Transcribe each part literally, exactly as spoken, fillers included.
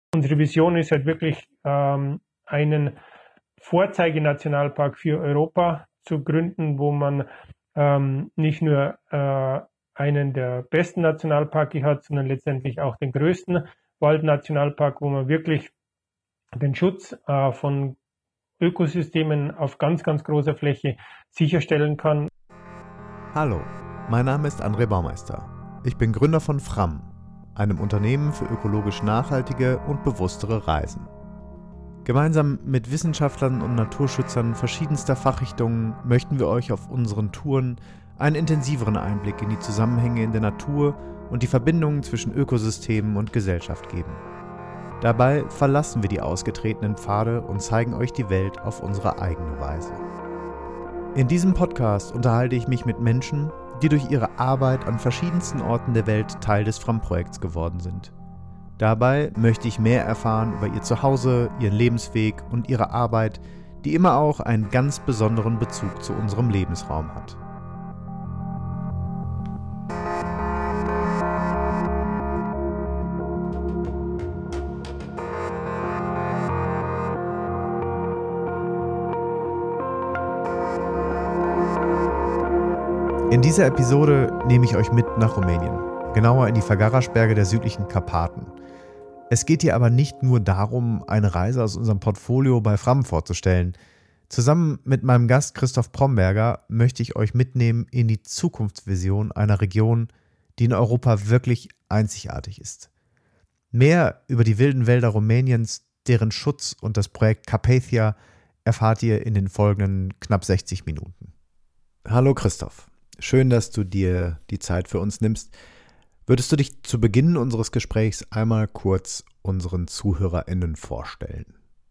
Unsere Vision ist halt wirklich, ähm, einen Vorzeigenationalpark für Europa zu gründen, wo man ähm, nicht nur äh, einen der besten Nationalparke hat, sondern letztendlich auch den größten Waldnationalpark, wo man wirklich den Schutz äh, von Ökosystemen auf ganz, ganz großer Fläche sicherstellen kann. Hallo, mein Name ist André Baumeister. Ich bin Gründer von Fram, einem Unternehmen für ökologisch nachhaltige und bewusstere Reisen. Gemeinsam mit Wissenschaftlern und Naturschützern verschiedenster Fachrichtungen möchten wir euch auf unseren Touren einen intensiveren Einblick in die Zusammenhänge in der Natur und die Verbindungen zwischen Ökosystemen und Gesellschaft geben. Dabei verlassen wir die ausgetretenen Pfade und zeigen euch die Welt auf unsere eigene Weise. In diesem Podcast unterhalte ich mich mit Menschen, die durch ihre Arbeit an verschiedensten Orten der Welt Teil des Fram-Projekts geworden sind. Dabei möchte ich mehr erfahren über ihr Zuhause, ihren Lebensweg und ihre Arbeit, die immer auch einen ganz besonderen Bezug zu unserem Lebensraum hat. In dieser Episode nehme ich euch mit nach Rumänien, genauer in die Făgăraș-Berge der südlichen Karpaten. Es geht hier aber nicht nur darum, eine Reise aus unserem Portfolio bei Fram vorzustellen. Zusammen mit meinem Gast Christoph Bromberger möchte ich euch mitnehmen in die Zukunftsvision einer Region, die in Europa wirklich einzigartig ist. Mehr über die wilden Wälder Rumäniens, deren Schutz und das Projekt Carpathia erfahrt ihr in den folgenden knapp sechzig Minuten. Hallo Christoph. Schön, dass du dir die Zeit für uns nimmst. Würdest du dich zu Beginn unseres Gesprächs einmal kurz unseren ZuhörerInnen vorstellen?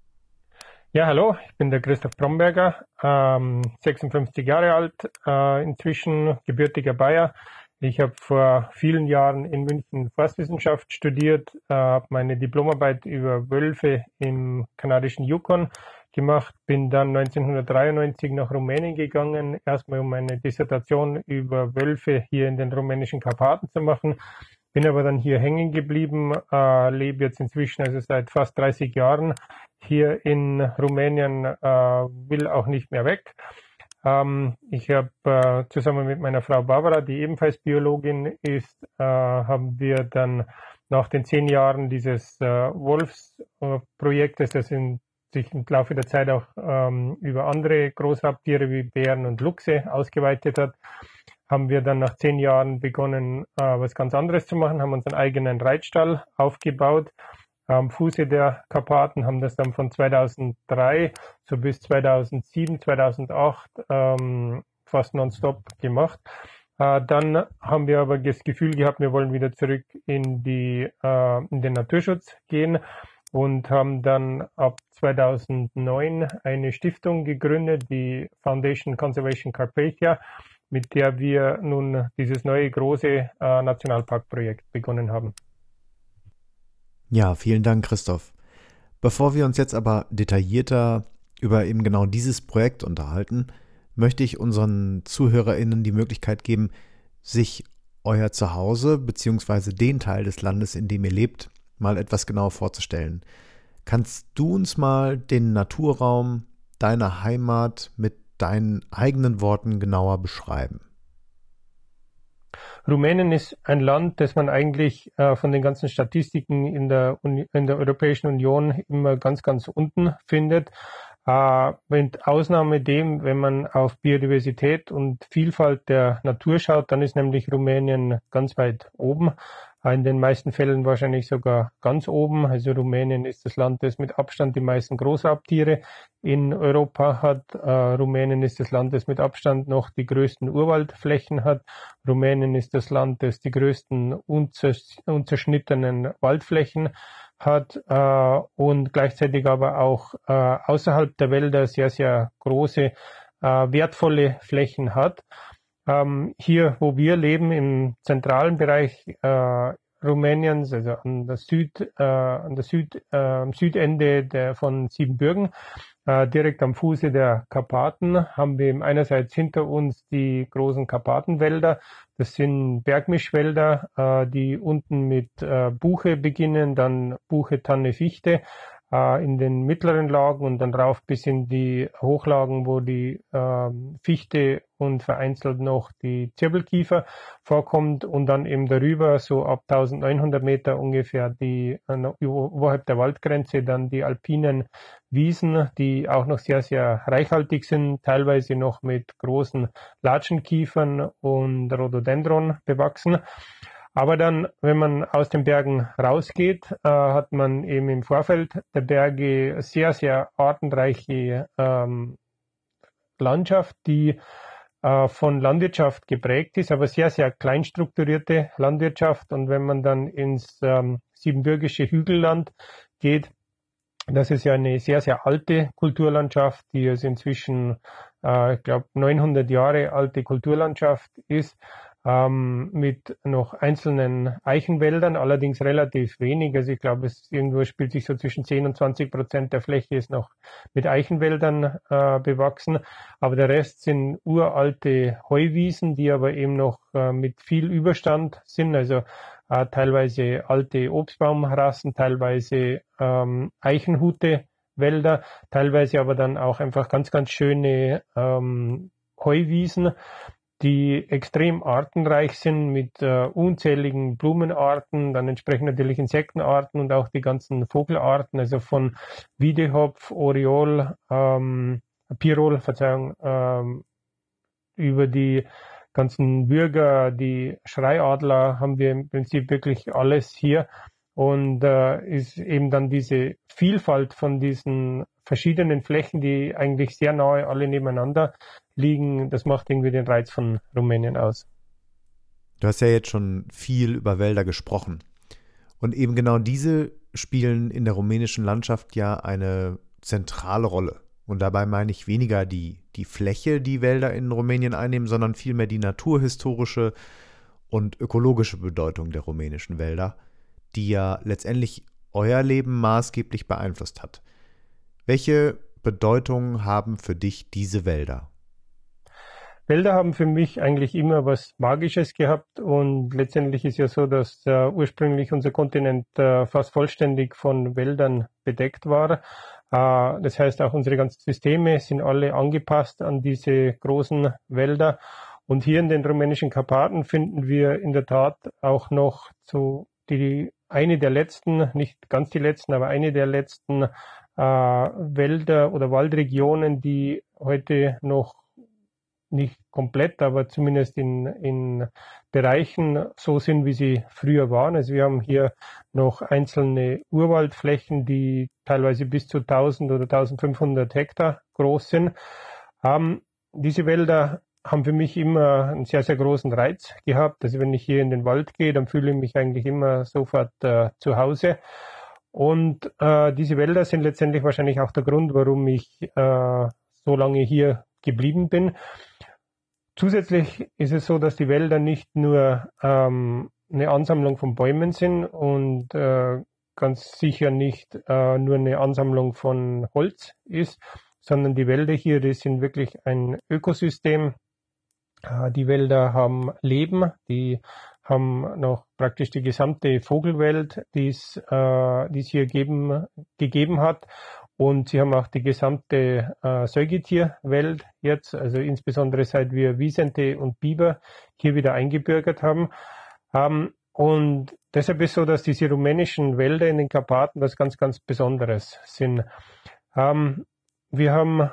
Ja, hallo, ich bin der Christoph Bromberger, ähm, sechsundfünfzig Jahre alt, äh, inzwischen gebürtiger Bayer. Ich habe vor vielen Jahren in München Forstwissenschaft studiert, äh, habe meine Diplomarbeit über Wölfe im kanadischen Yukon gemacht, bin dann neunzehnhundertdreiundneunzig nach Rumänien gegangen, erstmal um meine Dissertation über Wölfe hier in den rumänischen Karpaten zu machen, bin aber dann hier hängen geblieben, äh, lebe jetzt inzwischen also seit fast dreißig Jahren hier in Rumänien, äh, will auch nicht mehr weg. Ähm, ich habe äh, zusammen mit meiner Frau Barbara, die ebenfalls Biologin ist, äh, haben wir dann nach den zehn Jahren dieses äh, Wolfsprojektes, das in sich im Laufe der Zeit auch ähm, über andere Großraubtiere wie Bären und Luchse ausgeweitet hat, haben wir dann nach zehn Jahren begonnen, äh, was ganz anderes zu machen, haben unseren eigenen Reitstall aufgebaut am Fuße der Karpaten, haben das dann von zweitausenddrei so bis zweitausendsieben, zweitausendacht ähm, fast nonstop gemacht. Äh, dann haben wir aber das Gefühl gehabt, wir wollen wieder zurück in die äh, in den Naturschutz gehen und haben dann ab zweitausendneun eine Stiftung gegründet, die Foundation Conservation Carpathia, mit der wir nun dieses neue große äh, Nationalparkprojekt begonnen haben. Ja, vielen Dank, Christoph. Bevor wir uns jetzt aber detaillierter über eben genau dieses Projekt unterhalten, möchte ich unseren ZuhörerInnen die Möglichkeit geben, sich euer Zuhause bzw. den Teil des Landes, in dem ihr lebt, mal etwas genauer vorzustellen. Kannst du uns mal den Naturraum deiner Heimat mit deinen eigenen Worten genauer beschreiben? Rumänien ist ein Land, das man eigentlich äh, von den ganzen Statistiken in der, Uni- in der Europäischen Union immer ganz, ganz unten findet. Äh, mit Ausnahme dem, wenn man auf Biodiversität und Vielfalt der Natur schaut, dann ist nämlich Rumänien ganz weit oben. In den meisten Fällen wahrscheinlich sogar ganz oben. Also Rumänien ist das Land, das mit Abstand die meisten Großraubtiere in Europa hat. Äh, Rumänien ist das Land, das mit Abstand noch die größten Urwaldflächen hat. Rumänien ist das Land, das die größten unzers- unzerschnittenen Waldflächen hat äh, und gleichzeitig aber auch äh, außerhalb der Wälder sehr, sehr große, äh, wertvolle Flächen hat. Ähm, hier, wo wir leben, im zentralen Bereich, äh, Rumäniens, also an der Süd, äh, an der Süd, äh, am Südende der, von Siebenbürgen, äh, direkt am Fuße der Karpaten, haben wir einerseits hinter uns die großen Karpatenwälder. Das sind Bergmischwälder, äh, die unten mit äh, Buche beginnen, dann Buche, Tanne, Fichte äh, in den mittleren Lagen und dann rauf bis in die Hochlagen, wo die äh, Fichte und vereinzelt noch die Zirbelkiefer vorkommt und dann eben darüber so ab eintausendneunhundert Meter ungefähr die äh, oberhalb der Waldgrenze dann die alpinen Wiesen, die auch noch sehr, sehr reichhaltig sind, teilweise noch mit großen Latschenkiefern und Rhododendron bewachsen. Aber dann, wenn man aus den Bergen rausgeht, äh, hat man eben im Vorfeld der Berge sehr, sehr artenreiche ähm, Landschaft, die äh, von Landwirtschaft geprägt ist, aber sehr, sehr klein strukturierte Landwirtschaft. Und wenn man dann ins ähm, siebenbürgische Hügelland geht, das ist ja eine sehr, sehr alte Kulturlandschaft, die jetzt inzwischen, äh, ich glaube, neunhundert Jahre alte Kulturlandschaft ist, ähm, mit noch einzelnen Eichenwäldern, allerdings relativ wenig. Also ich glaube, es irgendwo spielt sich so zwischen zehn und zwanzig Prozent der Fläche ist noch mit Eichenwäldern äh, bewachsen. Aber der Rest sind uralte Heuwiesen, die aber eben noch äh, mit viel Überstand sind. Also äh, teilweise alte Obstbaumrassen, teilweise ähm, Eichenhutewälder, teilweise aber dann auch einfach ganz, ganz schöne ähm, Heuwiesen, die extrem artenreich sind mit äh, unzähligen Blumenarten, dann entsprechend natürlich Insektenarten und auch die ganzen Vogelarten, also von Wiedehopf, Oriol, ähm, Pirol, Verzeihung, ähm, über die ganzen Würger, die Schreiadler haben wir im Prinzip wirklich alles hier und äh, ist eben dann diese Vielfalt von diesen verschiedenen Flächen, die eigentlich sehr nahe alle nebeneinander liegen, das macht irgendwie den Reiz von Rumänien aus. Du hast ja jetzt schon viel über Wälder gesprochen. Und eben genau diese spielen in der rumänischen Landschaft ja eine zentrale Rolle. Und dabei meine ich weniger die, die Fläche, die Wälder in Rumänien einnehmen, sondern vielmehr die naturhistorische und ökologische Bedeutung der rumänischen Wälder, die ja letztendlich euer Leben maßgeblich beeinflusst hat. Welche Bedeutung haben für dich diese Wälder? Wälder haben für mich eigentlich immer was Magisches gehabt und letztendlich ist ja so, dass äh, ursprünglich unser Kontinent äh, fast vollständig von Wäldern bedeckt war. Äh, das heißt, auch unsere ganzen Systeme sind alle angepasst an diese großen Wälder. Und hier in den rumänischen Karpaten finden wir in der Tat auch noch so die eine der letzten, nicht ganz die letzten, aber eine der letzten äh, Wälder oder Waldregionen, die heute noch nicht komplett, aber zumindest in, in Bereichen so sind, wie sie früher waren. Also wir haben hier noch einzelne Urwaldflächen, die teilweise bis zu tausend oder eintausendfünfhundert Hektar groß sind. Ähm, diese Wälder haben für mich immer einen sehr, sehr großen Reiz gehabt. Also wenn ich hier in den Wald gehe, dann fühle ich mich eigentlich immer sofort äh, zu Hause. Und äh, diese Wälder sind letztendlich wahrscheinlich auch der Grund, warum ich äh, so lange hier geblieben bin. Zusätzlich ist es so, dass die Wälder nicht nur ähm, eine Ansammlung von Bäumen sind und äh, ganz sicher nicht äh, nur eine Ansammlung von Holz ist, sondern die Wälder hier, die sind wirklich ein Ökosystem. Äh, die Wälder haben Leben, die haben noch praktisch die gesamte Vogelwelt, die es, äh, die es hier geben, gegeben hat. Und sie haben auch die gesamte äh, Säugetierwelt jetzt, also insbesondere seit wir Wisente und Biber hier wieder eingebürgert haben. Ähm, und deshalb ist es so, dass diese rumänischen Wälder in den Karpaten was ganz, ganz Besonderes sind. Ähm, wir haben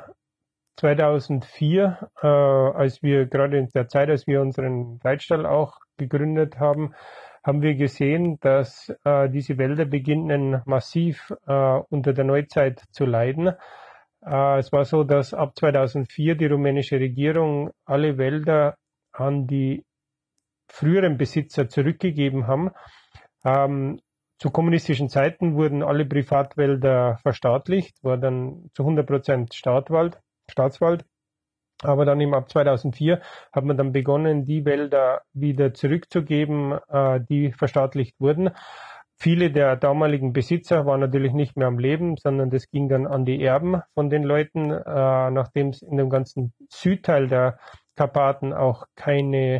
zweitausendvier, äh, als wir gerade in der Zeit, als wir unseren Reitstall auch gegründet haben, haben wir gesehen, dass äh, diese Wälder beginnen massiv äh, unter der Neuzeit zu leiden. Äh, es war so, dass ab zweitausendvier die rumänische Regierung alle Wälder an die früheren Besitzer zurückgegeben haben. Ähm, zu kommunistischen Zeiten wurden alle Privatwälder verstaatlicht, war dann zu hundert Prozent Staatswald, Staatswald. Aber dann eben ab zweitausendvier hat man dann begonnen, die Wälder wieder zurückzugeben, äh, die verstaatlicht wurden. Viele der damaligen Besitzer waren natürlich nicht mehr am Leben, sondern das ging dann an die Erben von den Leuten, äh, nachdem es in dem ganzen Südteil der Karpaten auch keine,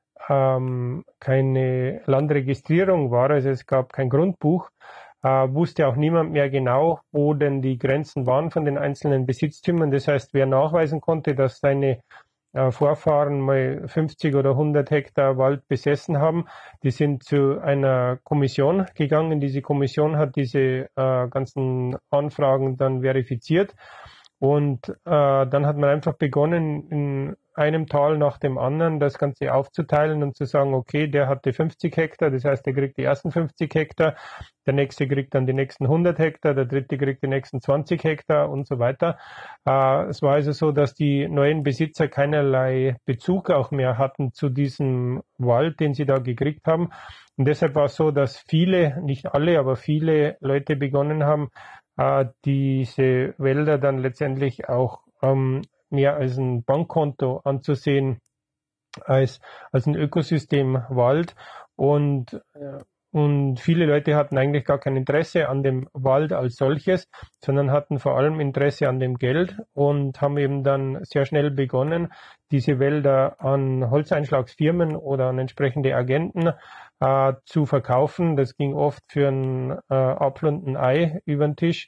ähm, keine Landregistrierung war, also es gab kein Grundbuch, äh, wusste auch niemand mehr genau, wo denn die Grenzen waren von den einzelnen Besitztümern. Das heißt, wer nachweisen konnte, dass seine Vorfahren mal fünfzig oder hundert Hektar Wald besessen haben, die sind zu einer Kommission gegangen. Diese Kommission hat diese äh, ganzen Anfragen dann verifiziert und äh, dann hat man einfach begonnen, in einem Tal nach dem anderen das Ganze aufzuteilen und zu sagen, okay, der hatte fünfzig Hektar, das heißt, der kriegt die ersten fünfzig Hektar, der nächste kriegt dann die nächsten hundert Hektar, der dritte kriegt die nächsten zwanzig Hektar und so weiter. Äh, es war also so, dass die neuen Besitzer keinerlei Bezug auch mehr hatten zu diesem Wald, den sie da gekriegt haben. Und deshalb war es so, dass viele, nicht alle, aber viele Leute begonnen haben, äh, diese Wälder dann letztendlich auch ähm, mehr als ein Bankkonto anzusehen, als, als ein Ökosystem Wald. Und, und viele Leute hatten eigentlich gar kein Interesse an dem Wald als solches, sondern hatten vor allem Interesse an dem Geld und haben eben dann sehr schnell begonnen, diese Wälder an Holzeinschlagsfirmen oder an entsprechende Agenten äh, zu verkaufen. Das ging oft für ein äh, Apfel und ein Ei über den Tisch.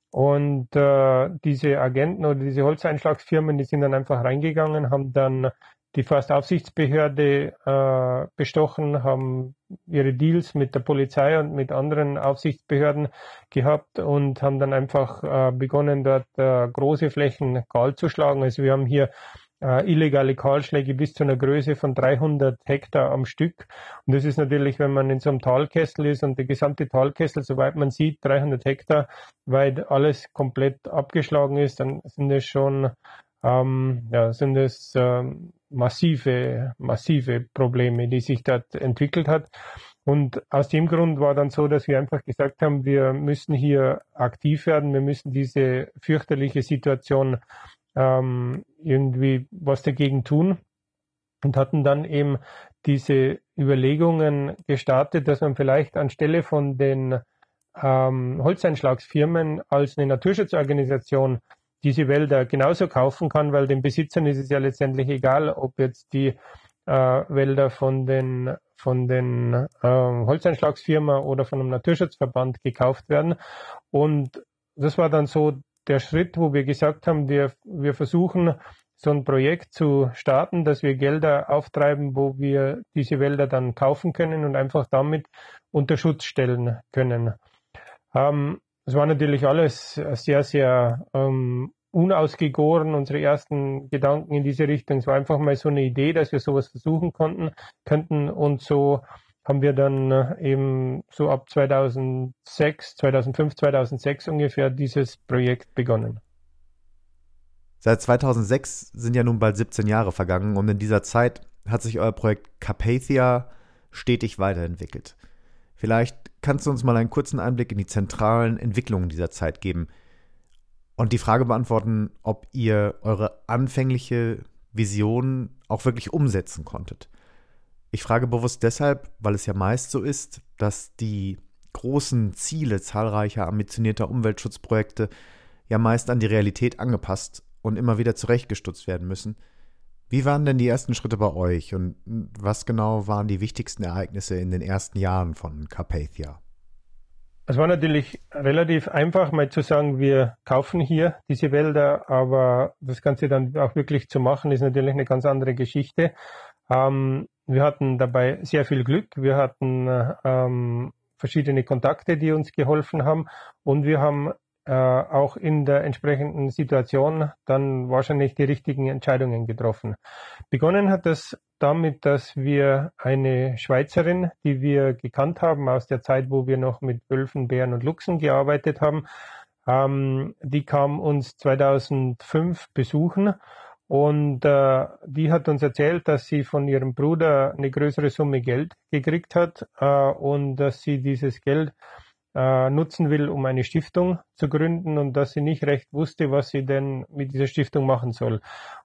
Und äh, diese Agenten oder diese Holzeinschlagsfirmen, die sind dann einfach reingegangen, haben dann die Forstaufsichtsbehörde äh, bestochen, haben ihre Deals mit der Polizei und mit anderen Aufsichtsbehörden gehabt und haben dann einfach äh, begonnen, dort äh, große Flächen kahl zu schlagen. Also wir haben hier äh, illegale Kahlschläge bis zu einer Größe von dreihundert Hektar am Stück. Und das ist natürlich, wenn man in so einem Talkessel ist und der gesamte Talkessel, soweit man sieht, dreihundert Hektar weit alles komplett abgeschlagen ist, dann sind es schon ähm, ja, sind es ähm, massive, massive Probleme, die sich dort entwickelt hat. Und aus dem Grund war dann so, dass wir einfach gesagt haben, wir müssen hier aktiv werden, wir müssen diese fürchterliche Situation ähm, irgendwie was dagegen tun und hatten dann eben diese Überlegungen gestartet, dass man vielleicht anstelle von den ähm, Holzeinschlagsfirmen als eine Naturschutzorganisation diese Wälder genauso kaufen kann, weil den Besitzern ist es ja letztendlich egal, ob jetzt die äh, Wälder von den von den äh, Holzeinschlagsfirmen oder von einem Naturschutzverband gekauft werden. Und das war dann so der Schritt, wo wir gesagt haben, wir, wir versuchen, so ein Projekt zu starten, dass wir Gelder auftreiben, wo wir diese Wälder dann kaufen können und einfach damit unter Schutz stellen können. Ähm, es war natürlich alles sehr, sehr ähm, unausgegoren, unsere ersten Gedanken in diese Richtung. Es war einfach mal so eine Idee, dass wir sowas versuchen konnten, könnten und so haben wir dann eben so ab zweitausendsechs, zweitausendfünf, zweitausendsechs ungefähr dieses Projekt begonnen. Seit zweitausendsechs sind ja nun bald siebzehn Jahre vergangen und in dieser Zeit hat sich euer Projekt Carpathia stetig weiterentwickelt. Vielleicht kannst du uns mal einen kurzen Einblick in die zentralen Entwicklungen dieser Zeit geben und die Frage beantworten, ob ihr eure anfängliche Vision auch wirklich umsetzen konntet. Ich frage bewusst deshalb, weil es ja meist so ist, dass die großen Ziele zahlreicher ambitionierter Umweltschutzprojekte ja meist an die Realität angepasst und immer wieder zurechtgestutzt werden müssen. Wie waren denn die ersten Schritte bei euch und was genau waren die wichtigsten Ereignisse in den ersten Jahren von Carpathia? Es war natürlich relativ einfach, mal zu sagen, wir kaufen hier diese Wälder, aber das Ganze dann auch wirklich zu machen, ist natürlich eine ganz andere Geschichte. Ähm, wir hatten dabei sehr viel Glück, wir hatten ähm, verschiedene Kontakte, die uns geholfen haben und wir haben äh, auch in der entsprechenden Situation dann wahrscheinlich die richtigen Entscheidungen getroffen. Begonnen hat das damit, dass wir eine Schweizerin, die wir gekannt haben aus der Zeit, wo wir noch mit Wölfen, Bären und Luchsen gearbeitet haben, ähm, die kam uns zweitausendfünf besuchen und äh, die hat uns erzählt, dass sie von ihrem Bruder eine größere Summe Geld gekriegt hat äh, und dass sie dieses Geld äh, nutzen will, um eine Stiftung zu gründen und dass sie nicht recht wusste, was sie denn mit dieser Stiftung machen soll.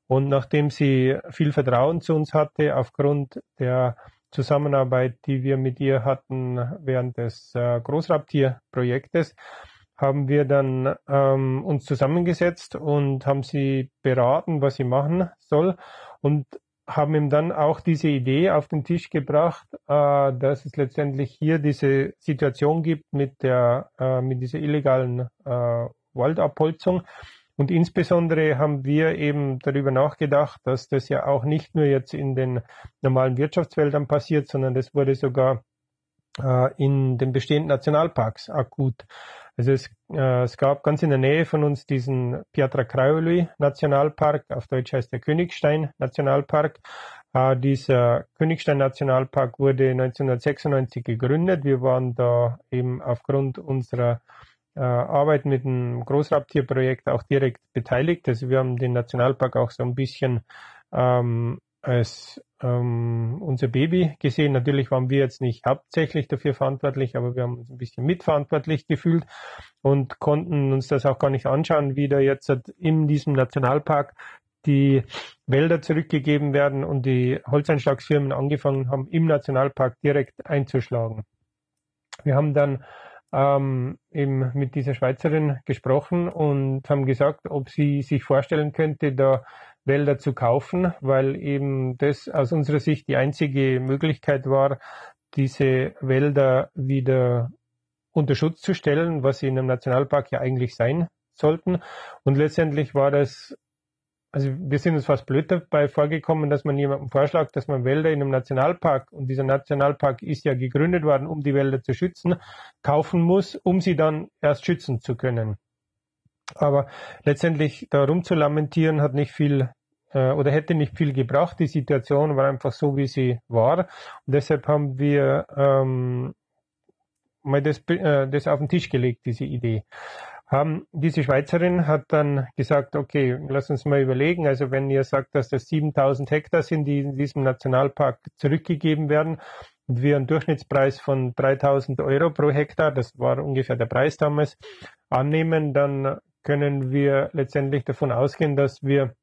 Und nachdem sie viel Vertrauen zu uns hatte, aufgrund der Zusammenarbeit, die wir mit ihr hatten während des äh, Großraubtierprojektes, haben wir dann ähm, uns zusammengesetzt und haben sie beraten, was sie machen soll, und haben ihm dann auch diese Idee auf den Tisch gebracht, äh, dass es letztendlich hier diese Situation gibt mit der äh, mit dieser illegalen äh, Waldabholzung. Und insbesondere haben wir eben darüber nachgedacht, dass das ja auch nicht nur jetzt in den normalen Wirtschaftswäldern passiert, sondern das wurde sogar äh, in den bestehenden Nationalparks akut. Also es, äh, es gab ganz in der Nähe von uns diesen Piatra Craiului Nationalpark, auf Deutsch heißt der Königstein Nationalpark. Äh, dieser Königstein Nationalpark wurde neunzehnhundertsechsundneunzig gegründet. Wir waren da eben aufgrund unserer äh, Arbeit mit dem Großraubtierprojekt auch direkt beteiligt. Also wir haben den Nationalpark auch so ein bisschen ähm, als ähm, unser Baby gesehen. Natürlich waren wir jetzt nicht hauptsächlich dafür verantwortlich, aber wir haben uns ein bisschen mitverantwortlich gefühlt und konnten uns das auch gar nicht anschauen, wie da jetzt in diesem Nationalpark die Wälder zurückgegeben werden und die Holzeinschlagsfirmen angefangen haben, im Nationalpark direkt einzuschlagen. Wir haben dann ähm, eben mit dieser Schweizerin gesprochen und haben gesagt, ob sie sich vorstellen könnte, da Wälder zu kaufen, weil eben das aus unserer Sicht die einzige Möglichkeit war, diese Wälder wieder unter Schutz zu stellen, was sie in einem Nationalpark ja eigentlich sein sollten. Und letztendlich war das, also wir sind uns fast blöd dabei vorgekommen, dass man jemandem vorschlägt, dass man Wälder in einem Nationalpark, und dieser Nationalpark ist ja gegründet worden, um die Wälder zu schützen, kaufen muss, um sie dann erst schützen zu können. Aber letztendlich da rumzulamentieren hat nicht viel äh, oder hätte nicht viel gebracht. Die Situation war einfach so, wie sie war. Und deshalb haben wir ähm, mal das, äh, das auf den Tisch gelegt, diese Idee. Haben, diese Schweizerin hat dann gesagt, okay, lass uns mal überlegen. Also wenn ihr sagt, dass das siebentausend Hektar sind, die in diesem Nationalpark zurückgegeben werden, und wir einen Durchschnittspreis von dreitausend Euro pro Hektar, das war ungefähr der Preis damals, annehmen, dann können wir letztendlich davon ausgehen, dass wir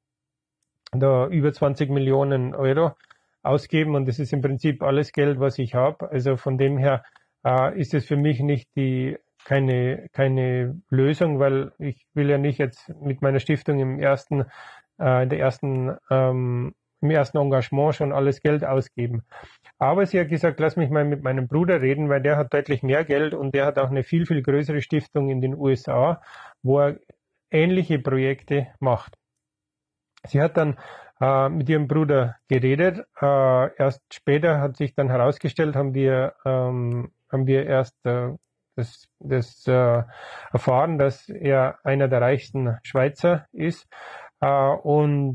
da über zwanzig Millionen Euro ausgeben, und das ist im Prinzip alles Geld, was ich habe. Also von dem her äh, ist es für mich nicht die keine keine Lösung, weil ich will ja nicht jetzt mit meiner Stiftung im ersten äh, in der ersten ähm, im ersten Engagement schon alles Geld ausgeben. Aber sie hat gesagt, lass mich mal mit meinem Bruder reden, weil der hat deutlich mehr Geld und der hat auch eine viel, viel größere Stiftung in den U S A, wo er ähnliche Projekte macht. Sie hat dann äh, mit ihrem Bruder geredet. Äh, erst später hat sich dann herausgestellt, haben wir, ähm, haben wir erst äh, das, das äh, erfahren, dass er einer der reichsten Schweizer ist. Äh, und,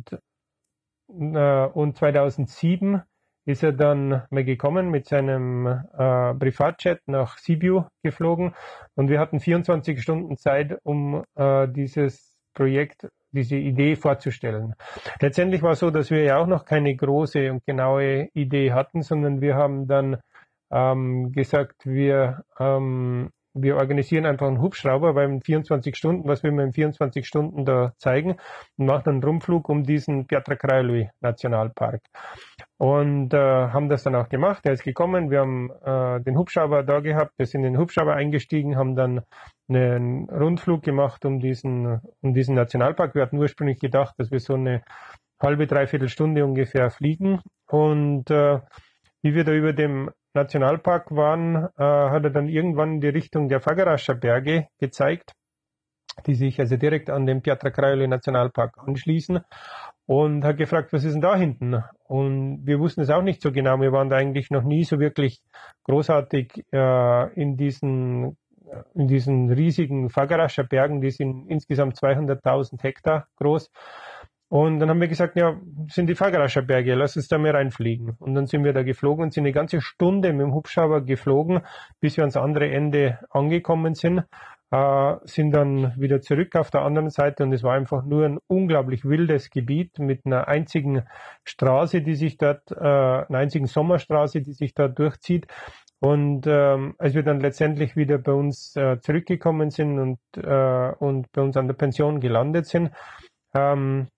äh, und zweitausendsieben ist er dann mal gekommen mit seinem äh, Privatjet nach Sibiu geflogen, und wir hatten vierundzwanzig Stunden Zeit, um äh, dieses Projekt, diese Idee vorzustellen. Letztendlich war es so, dass wir ja auch noch keine große und genaue Idee hatten, sondern wir haben dann ähm, gesagt, wir ähm, wir organisieren einfach einen Hubschrauber, weil in vierundzwanzig Stunden, was will man in vierundzwanzig Stunden da zeigen, und machen einen Rundflug um diesen Piatra Craiului Nationalpark. Und äh, haben das dann auch gemacht. Er ist gekommen, wir haben äh, den Hubschrauber da gehabt, wir sind in den Hubschrauber eingestiegen, haben dann einen Rundflug gemacht um diesen, um diesen Nationalpark. Wir hatten ursprünglich gedacht, dass wir so eine halbe, dreiviertel Stunde ungefähr fliegen. Und äh, wie wir da über dem Nationalpark waren, äh, hat er dann irgendwann in die Richtung der Fagarascha Berge gezeigt, die sich also direkt an den Piatra Craiului Nationalpark anschließen, und hat gefragt, was ist denn da hinten? Und wir wussten es auch nicht so genau. Wir waren da eigentlich noch nie so wirklich großartig äh, in diesen in diesen riesigen Fagarascha Bergen, die sind insgesamt zweihunderttausend Hektar groß. Und dann haben wir gesagt, ja, das sind die Fagarascha Berge, lass uns da mal reinfliegen. Und dann sind wir da geflogen und sind eine ganze Stunde mit dem Hubschrauber geflogen, bis wir ans andere Ende angekommen sind, äh, sind dann wieder zurück auf der anderen Seite, und es war einfach nur ein unglaublich wildes Gebiet mit einer einzigen Straße, die sich dort, äh, einer einzigen Sommerstraße, die sich da durchzieht. Und ähm, als wir dann letztendlich wieder bei uns äh, zurückgekommen sind und, äh, und bei uns an der Pension gelandet sind, ähm,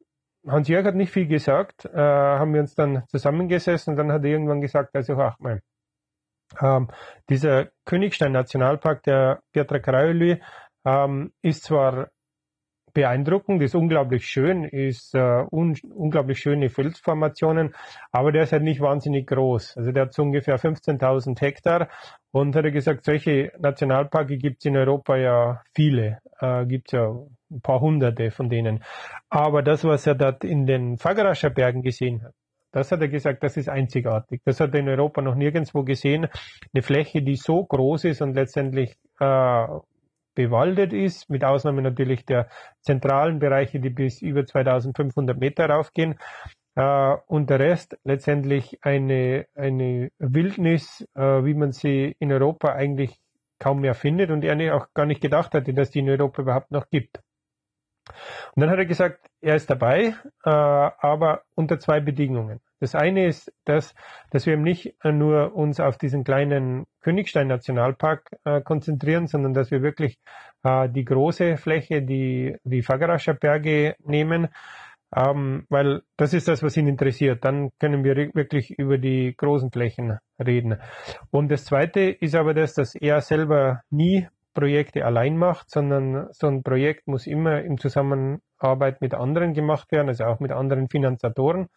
Hans-Jörg hat nicht viel gesagt, äh, haben wir uns dann zusammengesessen und dann hat er irgendwann gesagt, also ach mal, ähm, dieser Königstein-Nationalpark, der Pietra-Craiului, ähm, ist zwar beeindruckend, ist unglaublich schön, ist äh, un unglaublich schöne Felsformationen, aber der ist halt nicht wahnsinnig groß. Also der hat so ungefähr fünfzehntausend Hektar und hat er gesagt, solche Nationalparke gibt es in Europa ja viele, äh, gibt es ja ein paar hunderte von denen. Aber das, was er dort in den Fagerascher Bergen gesehen hat, das hat er gesagt, das ist einzigartig. Das hat er in Europa noch nirgendwo gesehen. Eine Fläche, die so groß ist und letztendlich äh, bewaldet ist, mit Ausnahme natürlich der zentralen Bereiche, die bis über zweitausendfünfhundert Meter raufgehen. Äh, und der Rest letztendlich eine, eine Wildnis, äh, wie man sie in Europa eigentlich kaum mehr findet und er auch gar nicht gedacht hatte, dass die in Europa überhaupt noch gibt. Und dann hat er gesagt, er ist dabei, äh, aber unter zwei Bedingungen. Das eine ist, dass, dass wir eben nicht nur uns auf diesen kleinen Königstein-Nationalpark äh, konzentrieren, sondern dass wir wirklich äh, die große Fläche, die, die Fagerascher Berge nehmen, ähm, weil das ist das, was ihn interessiert. Dann können wir wirklich über die großen Flächen reden. Und das zweite ist aber das, dass er selber nie Projekte allein macht, sondern so ein Projekt muss immer in Zusammenarbeit mit anderen gemacht werden, also auch mit anderen Finanzatoren.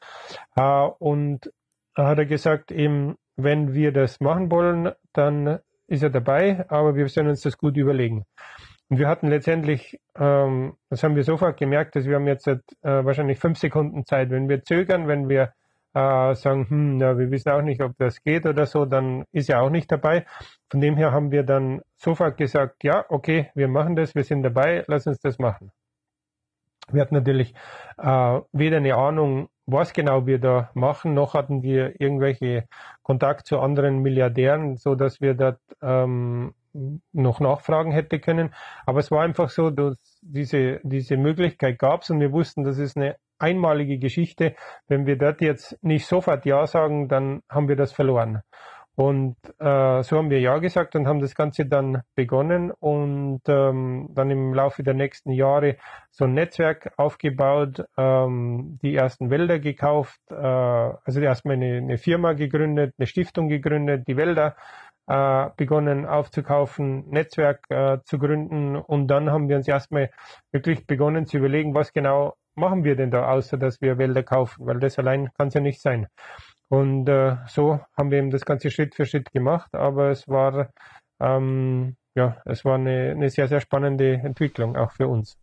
Und da hat er gesagt, eben, wenn wir das machen wollen, dann ist er dabei, aber wir sollen uns das gut überlegen. Und wir hatten letztendlich, ähm, das haben wir sofort gemerkt, dass wir haben jetzt äh, wahrscheinlich fünf Sekunden Zeit. Wenn wir zögern, wenn wir äh, sagen, hm, na, wir wissen auch nicht, ob das geht oder so, dann ist er auch nicht dabei. Von dem her haben wir dann sofort gesagt, ja, okay, wir machen das, wir sind dabei, lass uns das machen. Wir hatten natürlich äh, weder eine Ahnung, was genau wir da machen, noch hatten wir irgendwelche Kontakt zu anderen Milliardären, so dass wir dort ähm, noch nachfragen hätte können. Aber es war einfach so, dass diese, diese Möglichkeit gab es und wir wussten, das ist eine einmalige Geschichte. Wenn wir dort jetzt nicht sofort Ja sagen, dann haben wir das verloren. Und äh, so haben wir Ja gesagt und haben das Ganze dann begonnen und ähm, dann im Laufe der nächsten Jahre so ein Netzwerk aufgebaut, ähm, die ersten Wälder gekauft, äh, also erstmal eine, eine Firma gegründet, eine Stiftung gegründet, die Wälder äh, begonnen aufzukaufen, Netzwerk äh, zu gründen und dann haben wir uns erstmal wirklich begonnen zu überlegen, was genau machen wir denn da, außer dass wir Wälder kaufen, weil das allein kann es ja nicht sein. Und äh, so haben wir eben das Ganze Schritt für Schritt gemacht, aber es war, ähm, ja, es war eine, eine sehr, sehr spannende Entwicklung, auch für uns.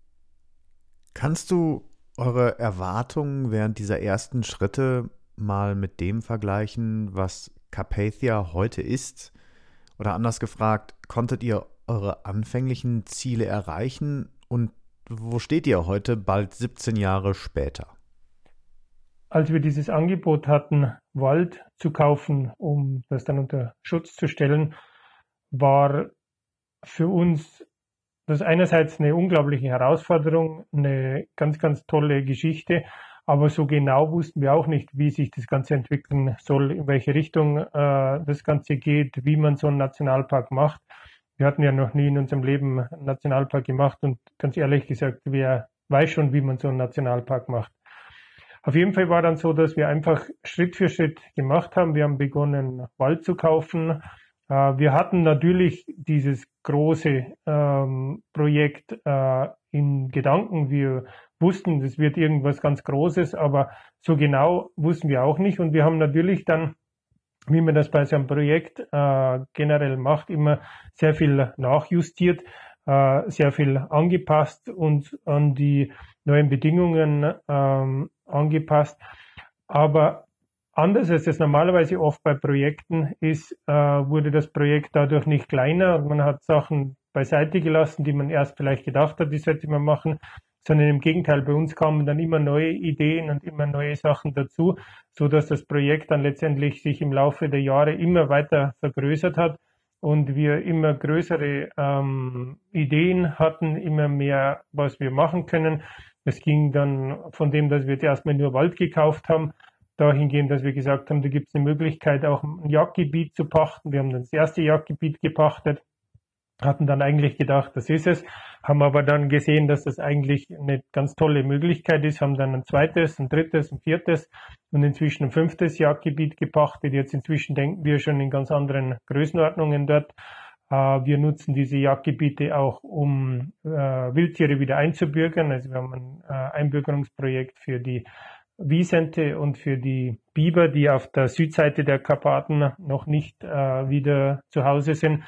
Kannst du eure Erwartungen während dieser ersten Schritte mal mit dem vergleichen, was Carpathia heute ist? Oder anders gefragt, konntet ihr eure anfänglichen Ziele erreichen und wo steht ihr heute, bald siebzehn Jahre später? Als wir dieses Angebot hatten, Wald zu kaufen, um das dann unter Schutz zu stellen, war für uns das einerseits eine unglaubliche Herausforderung, eine ganz, ganz tolle Geschichte, aber so genau wussten wir auch nicht, wie sich das Ganze entwickeln soll, in welche Richtung äh, das Ganze geht, wie man so einen Nationalpark macht. Wir hatten ja noch nie in unserem Leben einen Nationalpark gemacht und ganz ehrlich gesagt, wer weiß schon, wie man so einen Nationalpark macht. Auf jeden Fall war dann so, dass wir einfach Schritt für Schritt gemacht haben. Wir haben begonnen, Wald zu kaufen. Wir hatten natürlich dieses große ähm, Projekt äh, in Gedanken. Wir wussten, das wird irgendwas ganz Großes, aber so genau wussten wir auch nicht. Und wir haben natürlich dann, wie man das bei so einem Projekt äh, generell macht, immer sehr viel nachjustiert, äh, sehr viel angepasst und an die neuen Bedingungen ähm, angepasst. Aber anders als es normalerweise oft bei Projekten ist, äh, wurde das Projekt dadurch nicht kleiner und man hat Sachen beiseite gelassen, die man erst vielleicht gedacht hat, die sollte man machen, sondern im Gegenteil, bei uns kamen dann immer neue Ideen und immer neue Sachen dazu, so dass das Projekt dann letztendlich sich im Laufe der Jahre immer weiter vergrößert hat und wir immer größere ähm, Ideen hatten, immer mehr, was wir machen können. Es ging dann von dem, dass wir jetzt erstmal nur Wald gekauft haben, dahingehend, dass wir gesagt haben, da gibt es eine Möglichkeit, auch ein Jagdgebiet zu pachten. Wir haben dann das erste Jagdgebiet gepachtet, hatten dann eigentlich gedacht, das ist es. haben aber dann gesehen, dass das eigentlich eine ganz tolle Möglichkeit ist, haben dann ein zweites, ein drittes, ein viertes und inzwischen ein fünftes Jagdgebiet gepachtet. Jetzt inzwischen denken wir schon in ganz anderen Größenordnungen dort. Wir nutzen diese Jagdgebiete auch, um äh, Wildtiere wieder einzubürgern. Also wir haben ein äh, Einbürgerungsprojekt für die Wisente und für die Biber, die auf der Südseite der Karpaten noch nicht äh, wieder zu Hause sind.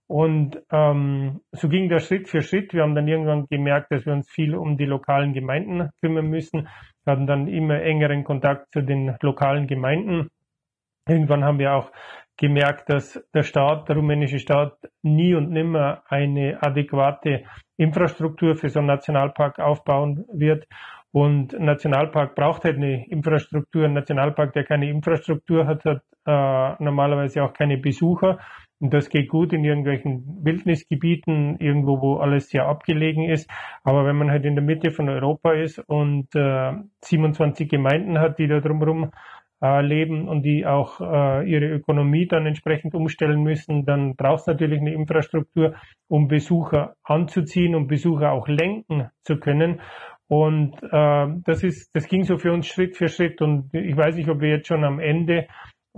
Und ähm, so ging das Schritt für Schritt. Wir haben dann irgendwann gemerkt, dass wir uns viel um die lokalen Gemeinden kümmern müssen. Wir hatten dann immer engeren Kontakt zu den lokalen Gemeinden. Irgendwann haben wir auch gemerkt, dass der Staat, der rumänische Staat, nie und nimmer eine adäquate Infrastruktur für so einen Nationalpark aufbauen wird. Und ein Nationalpark braucht halt eine Infrastruktur. Ein Nationalpark, der keine Infrastruktur hat, hat äh, normalerweise auch keine Besucher. Und das geht gut in irgendwelchen Wildnisgebieten, irgendwo, wo alles sehr abgelegen ist. Aber wenn man halt in der Mitte von Europa ist und äh, siebenundzwanzig Gemeinden hat, die da drumherum äh, leben und die auch äh, ihre Ökonomie dann entsprechend umstellen müssen, dann braucht es natürlich eine Infrastruktur, um Besucher anzuziehen, um Besucher auch lenken zu können. Und äh, das ist, das ging so für uns Schritt für Schritt. Und ich weiß nicht, ob wir jetzt schon am Ende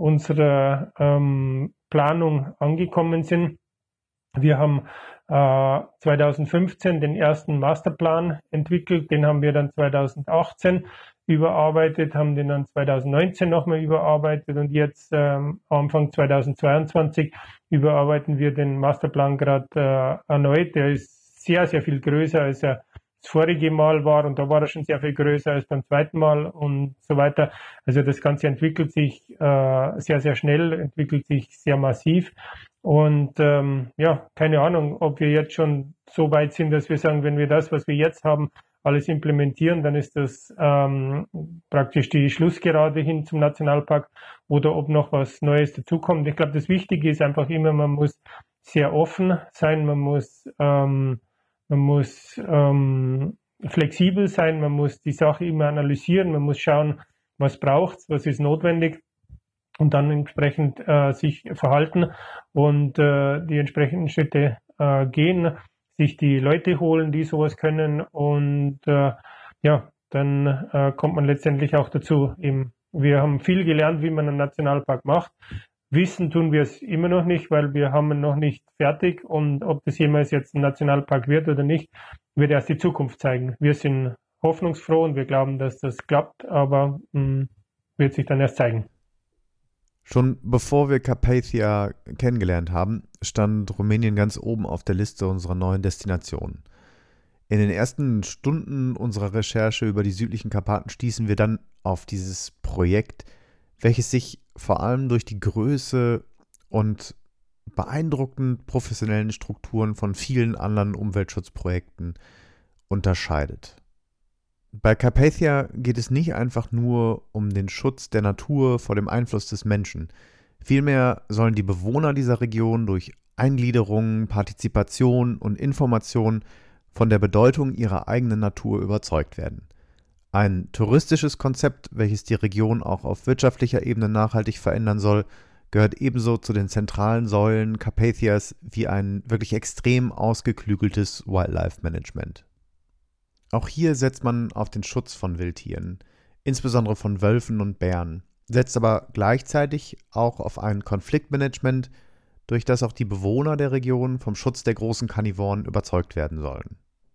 unserer ähm, Planung angekommen sind. Wir haben äh, zweitausendfünfzehn den ersten Masterplan entwickelt, den haben wir dann zweitausendachtzehn überarbeitet, haben den dann zweitausendneunzehn nochmal überarbeitet und jetzt ähm, Anfang zweitausendzweiundzwanzig überarbeiten wir den Masterplan gerade äh, erneut. Der ist sehr, sehr viel größer, als er das vorige Mal war und da war er schon sehr viel größer als beim zweiten Mal und so weiter. Also das Ganze entwickelt sich äh, sehr, sehr schnell, entwickelt sich sehr massiv und ähm, ja, keine Ahnung, ob wir jetzt schon so weit sind, dass wir sagen, wenn wir das, was wir jetzt haben, alles implementieren, dann ist das ähm, praktisch die Schlussgerade hin zum Nationalpark oder ob noch was Neues dazukommt. Ich glaube, das Wichtige ist einfach immer, man muss sehr offen sein, man muss ähm, Man muss ähm, flexibel sein, man muss die Sache immer analysieren, man muss schauen, was braucht's, was ist notwendig und dann entsprechend äh, sich verhalten und äh, die entsprechenden Schritte äh, gehen, sich die Leute holen, die sowas können und äh, ja, dann äh, kommt man letztendlich auch dazu. Eben, wir haben viel gelernt, wie man einen Nationalpark macht. Wissen tun wir es immer noch nicht, weil wir haben ihn noch nicht fertig und ob das jemals jetzt ein Nationalpark wird oder nicht, wird erst die Zukunft zeigen. Wir sind hoffnungsfroh und wir glauben, dass das klappt, aber mh, wird sich dann erst zeigen. Schon bevor wir Carpathia kennengelernt haben, stand Rumänien ganz oben auf der Liste unserer neuen Destinationen. In den ersten Stunden unserer Recherche über die südlichen Karpaten stießen wir dann auf dieses Projekt, welches sich vor allem durch die Größe und beeindruckend professionellen Strukturen von vielen anderen Umweltschutzprojekten unterscheidet. Bei Carpathia geht es nicht einfach nur um den Schutz der Natur vor dem Einfluss des Menschen. Vielmehr sollen die Bewohner dieser Region durch Eingliederung, Partizipation und Information von der Bedeutung ihrer eigenen Natur überzeugt werden. Ein touristisches Konzept, welches die Region auch auf wirtschaftlicher Ebene nachhaltig verändern soll, gehört ebenso zu den zentralen Säulen Carpathias wie ein wirklich extrem ausgeklügeltes Wildlife-Management. Auch hier setzt man auf den Schutz von Wildtieren, insbesondere von Wölfen und Bären, setzt aber gleichzeitig auch auf ein Konfliktmanagement, durch das auch die Bewohner der Region vom Schutz der großen Karnivoren überzeugt werden sollen.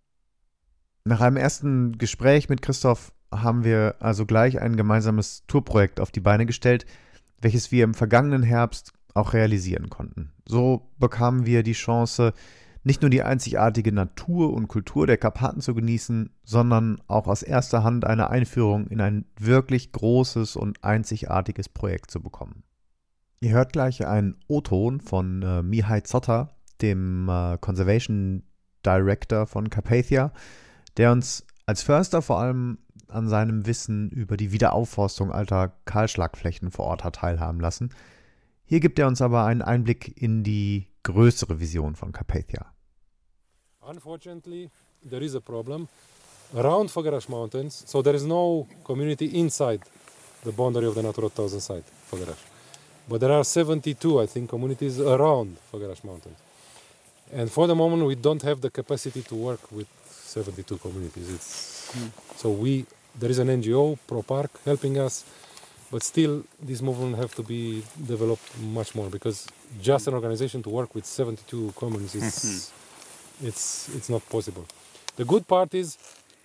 Nach einem ersten Gespräch mit Christoph haben wir also gleich ein gemeinsames Tourprojekt auf die Beine gestellt, welches wir im vergangenen Herbst auch realisieren konnten. So bekamen wir die Chance, nicht nur die einzigartige Natur und Kultur der Karpaten zu genießen, sondern auch aus erster Hand eine Einführung in ein wirklich großes und einzigartiges Projekt zu bekommen. Ihr hört gleich einen O-Ton von äh, Mihai Zotter, dem äh, Conservation Director von Carpathia, der uns als Förster vor allem an seinem Wissen über die Wiederaufforstung alter Kahlschlagflächen vor Ort hat teilhaben lassen. Hier gibt er uns aber einen Einblick in die größere Vision von Carpathia. Unfortunately, there is a problem around Făgăraș Mountains, so there is no community inside the boundary of the Natura two thousand site, Făgăraș. But there are seventy-two, I think, communities around Făgăraș Mountains. And for the moment, we don't have the capacity to work with seventy-two communities. It's, mm. So we, there is an N G O, ProPark, helping us, but still this movement have to be developed much more, because just an organization to work with seventy-two communities, is, it's, it's not possible. The good part is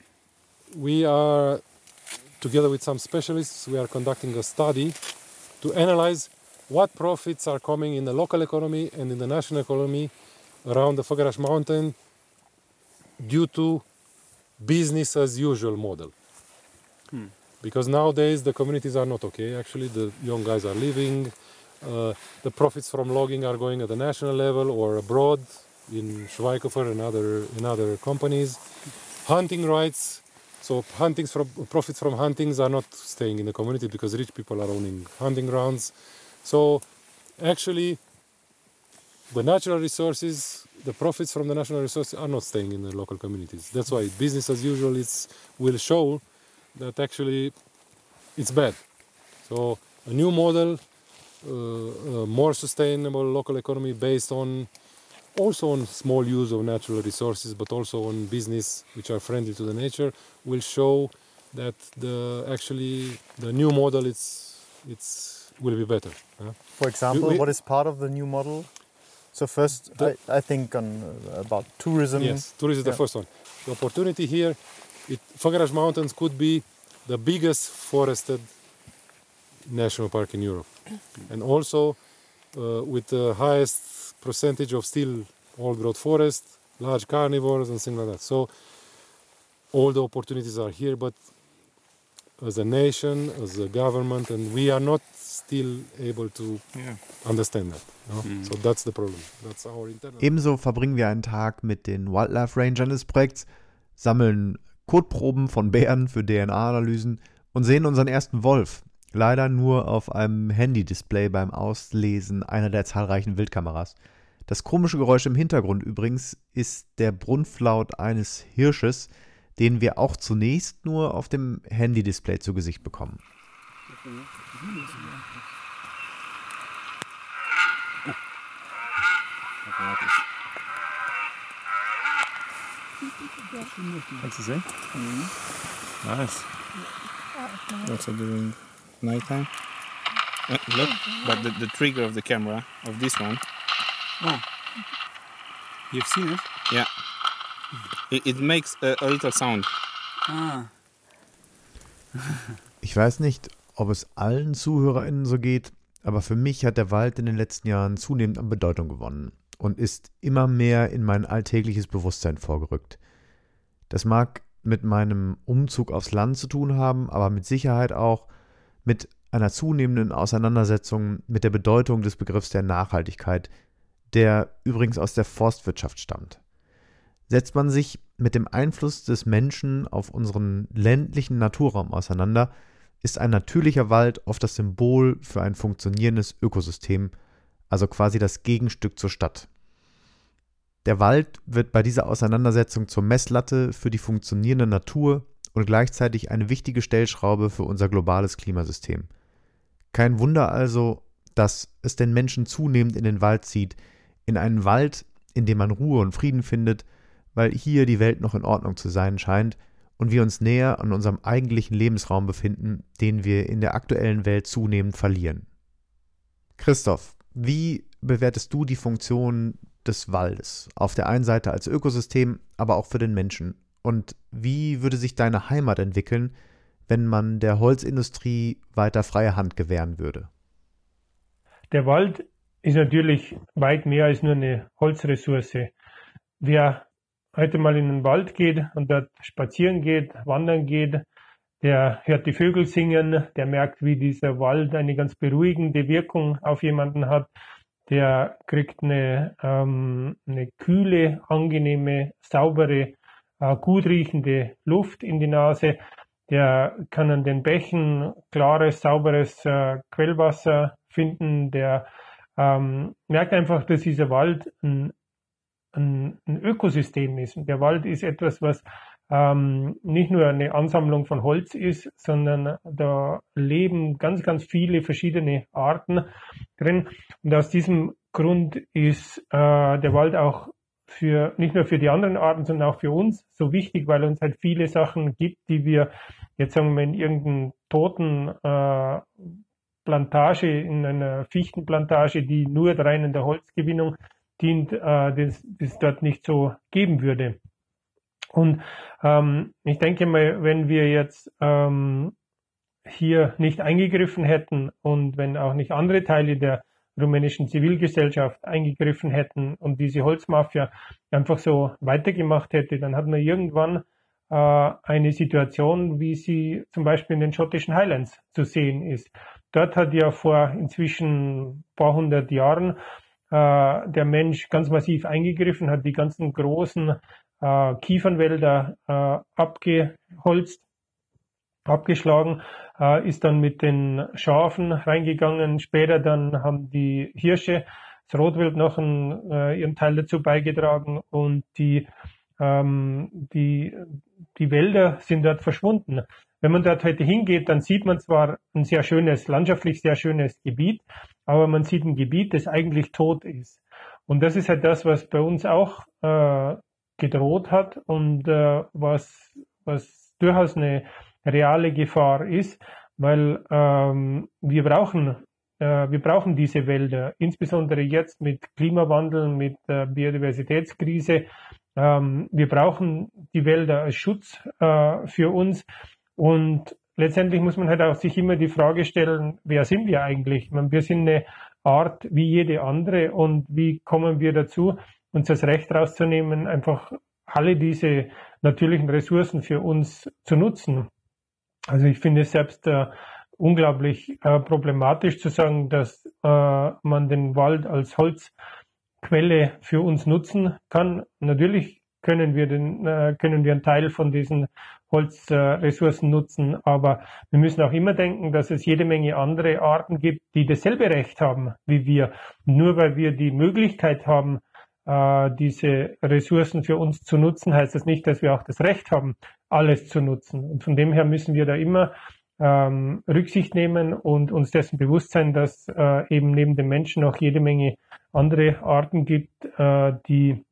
we are, together with some specialists, we are conducting a study to analyze what profits are coming in the local economy and in the national economy around the Făgăraș Mountain due to business as usual model. Hmm. Because nowadays the communities are not okay. Actually, the young guys are leaving. Uh, the profits from logging are going at the national level or abroad in Schweighöfer and other, in other companies. Hunting rights, so huntings from, profits from huntings are not staying in the community because rich people are owning hunting grounds. So actually, the natural resources, the profits from the natural resources are not staying in the local communities. That's why business as usual is, will show that actually it's bad. So a new model, uh, a more sustainable local economy based on also on small use of natural resources, but also on business which are friendly to the nature, will show that the actually the new model it's it's will be better. Uh. For example, we, what is part of the new model? So first, the, I, I think on uh, about tourism. Yes, tourism is yeah. the first one. The opportunity here, it, Făgăraș Mountains could be the biggest forested national park in Europe, and also uh, with the highest percentage of still old-growth forest, large carnivores and things like that. So all the opportunities are here, but as a nation, as a government, and we are not still able to yeah. understand that. No? Mm. So that's the problem. That's our internal. Ebenso verbringen wir einen Tag mit den Wildlife Rangern des Projekts, sammeln Kotproben von Bären für D N A-Analysen und sehen unseren ersten Wolf. Leider nur auf einem Handy-Display beim Auslesen einer der zahlreichen Wildkameras. Das komische Geräusch im Hintergrund übrigens ist der Brunftlaut eines Hirsches, den wir auch zunächst nur auf dem Handy-Display zu Gesicht bekommen. Kannst du sehen? Mhm. Nice. Also during nighttime. Uh, look, but the, the trigger of the camera of this one. Oh, you've seen it? Yeah. It, it makes a, a little sound. Ah. Ich weiß nicht, ob es allen ZuhörerInnen so geht, aber für mich hat der Wald in den letzten Jahren zunehmend an Bedeutung gewonnen und ist immer mehr in mein alltägliches Bewusstsein vorgerückt. Das mag mit meinem Umzug aufs Land zu tun haben, aber mit Sicherheit auch mit einer zunehmenden Auseinandersetzung mit der Bedeutung des Begriffs der Nachhaltigkeit, der übrigens aus der Forstwirtschaft stammt. Setzt man sich mit dem Einfluss des Menschen auf unseren ländlichen Naturraum auseinander, ist ein natürlicher Wald oft das Symbol für ein funktionierendes Ökosystem, also quasi das Gegenstück zur Stadt. Der Wald wird bei dieser Auseinandersetzung zur Messlatte für die funktionierende Natur und gleichzeitig eine wichtige Stellschraube für unser globales Klimasystem. Kein Wunder also, dass es den Menschen zunehmend in den Wald zieht, in einen Wald, in dem man Ruhe und Frieden findet, weil hier die Welt noch in Ordnung zu sein scheint und wir uns näher an unserem eigentlichen Lebensraum befinden, den wir in der aktuellen Welt zunehmend verlieren. Christoph, wie bewertest du die Funktion des Waldes? Auf der einen Seite als Ökosystem, aber auch für den Menschen. Und wie würde sich deine Heimat entwickeln, wenn man der Holzindustrie weiter freie Hand gewähren würde? Der Wald ist natürlich weit mehr als nur eine Holzressource. Wer heute mal in den Wald geht und dort spazieren geht, wandern geht, der hört die Vögel singen, der merkt, wie dieser Wald eine ganz beruhigende Wirkung auf jemanden hat. Der kriegt eine, ähm, eine kühle, angenehme, saubere, äh, gut riechende Luft in die Nase. Der kann an den Bächen klares, sauberes äh, Quellwasser finden. Der ähm, merkt einfach, dass dieser Wald ein, ein, ein Ökosystem ist. Und der Wald ist etwas, was ähm, nicht nur eine Ansammlung von Holz ist, sondern da leben ganz, ganz viele verschiedene Arten drin. Und aus diesem Grund ist äh, der Wald auch für nicht nur für die anderen Arten, sondern auch für uns so wichtig, weil uns halt viele Sachen gibt, die wir jetzt sagen wir in irgendeinem toten äh, Plantage, in einer Fichtenplantage, die nur rein in der Holzgewinnung dient, äh, das, das dort nicht so geben würde. Und ähm, ich denke mal, wenn wir jetzt ähm, hier nicht eingegriffen hätten und wenn auch nicht andere Teile der rumänischen Zivilgesellschaft eingegriffen hätten und diese Holzmafia einfach so weitergemacht hätte, dann hat man irgendwann äh, eine Situation, wie sie zum Beispiel in den schottischen Highlands zu sehen ist. Dort hat ja vor inzwischen ein paar hundert Jahren äh, der Mensch ganz massiv eingegriffen, hat die ganzen großen äh, Kiefernwälder äh, abgeholzt, abgeschlagen, äh, ist dann mit den Schafen reingegangen. Später dann haben die Hirsche, das Rotwild noch einen, äh, ihren Teil dazu beigetragen und die, ähm, die, die Wälder sind dort verschwunden. Wenn man dort heute hingeht, dann sieht man zwar ein sehr schönes, landschaftlich sehr schönes Gebiet, aber man sieht ein Gebiet, das eigentlich tot ist. Und das ist halt das, was bei uns auch äh, gedroht hat und äh, was, was durchaus eine reale Gefahr ist, weil ähm, wir brauchen äh, wir brauchen diese Wälder, insbesondere jetzt mit Klimawandel, mit äh, Biodiversitätskrise. Ähm, wir brauchen die Wälder als Schutz äh, für uns und letztendlich muss man halt auch sich immer die Frage stellen, wer sind wir eigentlich? Ich meine, wir sind eine Art wie jede andere und wie kommen wir dazu, uns das Recht rauszunehmen, einfach alle diese natürlichen Ressourcen für uns zu nutzen. Also ich finde es selbst äh, unglaublich äh, problematisch zu sagen, dass äh, man den Wald als Holzquelle für uns nutzen kann. Natürlich können wir den, äh, können wir einen Teil von diesen Holzressourcen äh, nutzen, aber wir müssen auch immer denken, dass es jede Menge andere Arten gibt, die dasselbe Recht haben wie wir. Nur weil wir die Möglichkeit haben, äh, diese Ressourcen für uns zu nutzen, heißt das nicht, dass wir auch das Recht haben, alles zu nutzen. Und von dem her müssen wir da immer ähm, Rücksicht nehmen und uns dessen bewusst sein, dass äh, eben neben den Menschen auch jede Menge andere Arten gibt, äh, die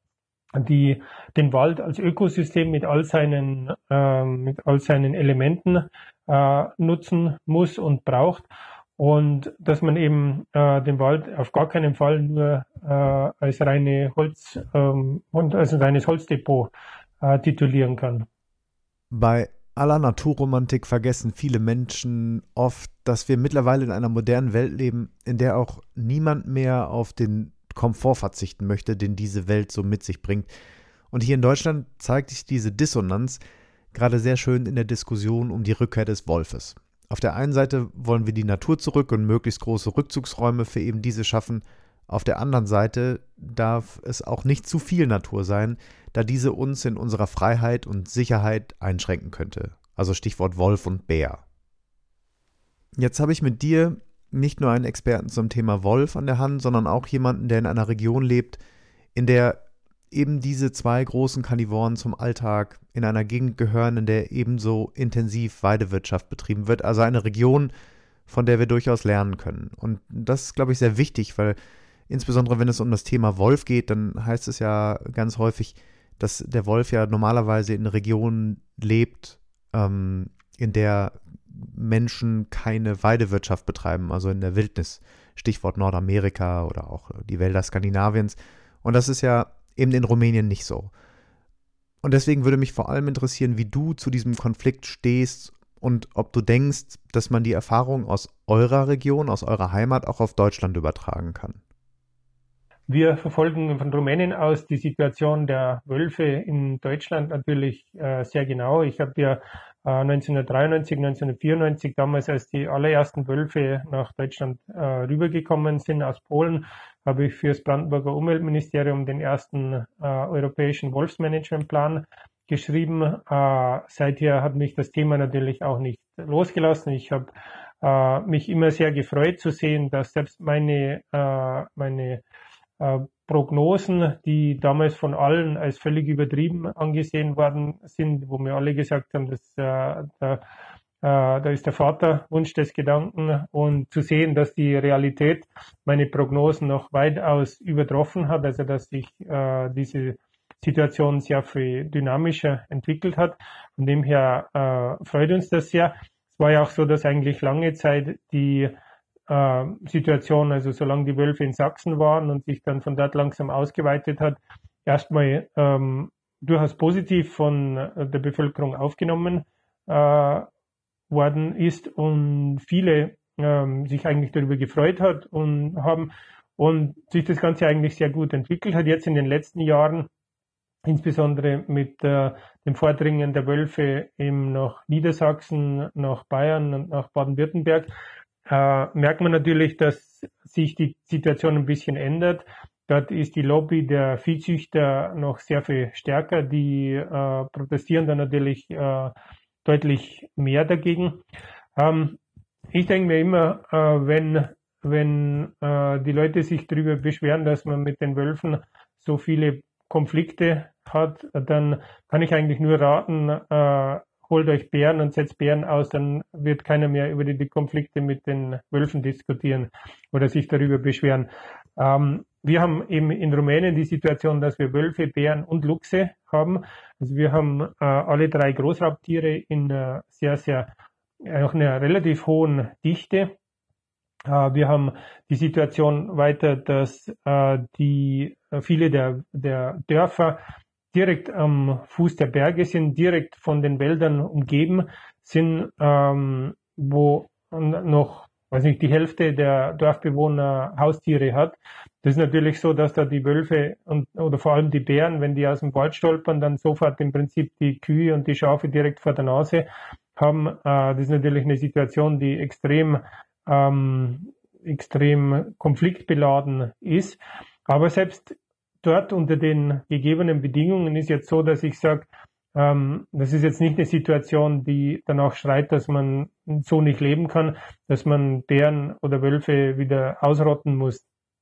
die den Wald als Ökosystem mit all seinen äh, mit all seinen Elementen äh, nutzen muss und braucht und dass man eben äh, den Wald auf gar keinen Fall nur äh, als reine Holz ähm, und als ein reines Holzdepot äh, titulieren kann. Bei aller Naturromantik vergessen viele Menschen oft, dass wir mittlerweile in einer modernen Welt leben, in der auch niemand mehr auf den Komfort verzichten möchte, den diese Welt so mit sich bringt. Und hier in Deutschland zeigt sich diese Dissonanz gerade sehr schön in der Diskussion um die Rückkehr des Wolfes. Auf der einen Seite wollen wir die Natur zurück und möglichst große Rückzugsräume für eben diese schaffen. Auf der anderen Seite darf es auch nicht zu viel Natur sein, da diese uns in unserer Freiheit und Sicherheit einschränken könnte. Also Stichwort Wolf und Bär. Jetzt habe ich mit dir nicht nur einen Experten zum Thema Wolf an der Hand, sondern auch jemanden, der in einer Region lebt, in der eben diese zwei großen Karnivoren zum Alltag in einer Gegend gehören, in der ebenso intensiv Weidewirtschaft betrieben wird. Also eine Region, von der wir durchaus lernen können. Und das ist, glaube ich, sehr wichtig, weil insbesondere wenn es um das Thema Wolf geht, dann heißt es ja ganz häufig, dass der Wolf ja normalerweise in Regionen lebt, ähm, in der Menschen keine Weidewirtschaft betreiben, also in der Wildnis. Stichwort Nordamerika oder auch die Wälder Skandinaviens. Und das ist ja eben in Rumänien nicht so. Und deswegen würde mich vor allem interessieren, wie du zu diesem Konflikt stehst und ob du denkst, dass man die Erfahrung aus eurer Region, aus eurer Heimat auch auf Deutschland übertragen kann. Wir verfolgen von Rumänien aus die Situation der Wölfe in Deutschland natürlich äh, sehr genau. Ich habe ja äh, neunzehnhundertdreiundneunzig, neunzehnhundertvierundneunzig, damals als die allerersten Wölfe nach Deutschland äh, rübergekommen sind aus Polen, habe ich für das Brandenburger Umweltministerium den ersten äh, europäischen Wolfsmanagementplan geschrieben. Äh, seither hat mich das Thema natürlich auch nicht losgelassen. Ich habe äh, mich immer sehr gefreut zu sehen, dass selbst meine, äh, meine äh, Prognosen, die damals von allen als völlig übertrieben angesehen worden sind, wo mir alle gesagt haben, dass äh, der da ist der Vaterwunsch des Gedanken, und zu sehen, dass die Realität meine Prognosen noch weitaus übertroffen hat, also dass sich äh, diese Situation sehr viel dynamischer entwickelt hat. Von dem her äh, freut uns das sehr. Es war ja auch so, dass eigentlich lange Zeit die äh, Situation, also solange die Wölfe in Sachsen waren und sich dann von dort langsam ausgeweitet hat, erstmal ähm, durchaus positiv von der Bevölkerung aufgenommen äh, worden ist und viele ähm, sich eigentlich darüber gefreut hat und haben und sich das Ganze eigentlich sehr gut entwickelt hat. Jetzt in den letzten Jahren, insbesondere mit äh, dem Vordringen der Wölfe eben nach Niedersachsen, nach Bayern und nach Baden-Württemberg, äh, merkt man natürlich, dass sich die Situation ein bisschen ändert. Dort ist die Lobby der Viehzüchter noch sehr viel stärker. Die äh, protestieren dann natürlich äh, deutlich mehr dagegen. Ähm, ich denke mir immer, äh, wenn, wenn äh, die Leute sich darüber beschweren, dass man mit den Wölfen so viele Konflikte hat, dann kann ich eigentlich nur raten, äh, holt euch Bären und setzt Bären aus, dann wird keiner mehr über die, die Konflikte mit den Wölfen diskutieren oder sich darüber beschweren. Ähm, wir haben eben in Rumänien die Situation, dass wir Wölfe, Bären und Luchse haben. Also wir haben äh, alle drei Großraubtiere in äh, sehr, sehr, äh, auch einer relativ hohen Dichte. Äh, wir haben die Situation weiter, dass äh, die äh, viele der, der Dörfer direkt am Fuß der Berge sind, direkt von den Wäldern umgeben sind, ähm, wo noch, weiß nicht, die Hälfte der Dorfbewohner Haustiere hat. Das ist natürlich so, dass da die Wölfe und oder vor allem die Bären, wenn die aus dem Wald stolpern, dann sofort im Prinzip die Kühe und die Schafe direkt vor der Nase haben. Äh, das ist natürlich eine Situation, die extrem ähm, extrem konfliktbeladen ist. Aber selbst dort unter den gegebenen Bedingungen ist jetzt so, dass ich sage, ähm, das ist jetzt nicht eine Situation, die danach schreit, dass man so nicht leben kann, dass man Bären oder Wölfe wieder ausrotten muss.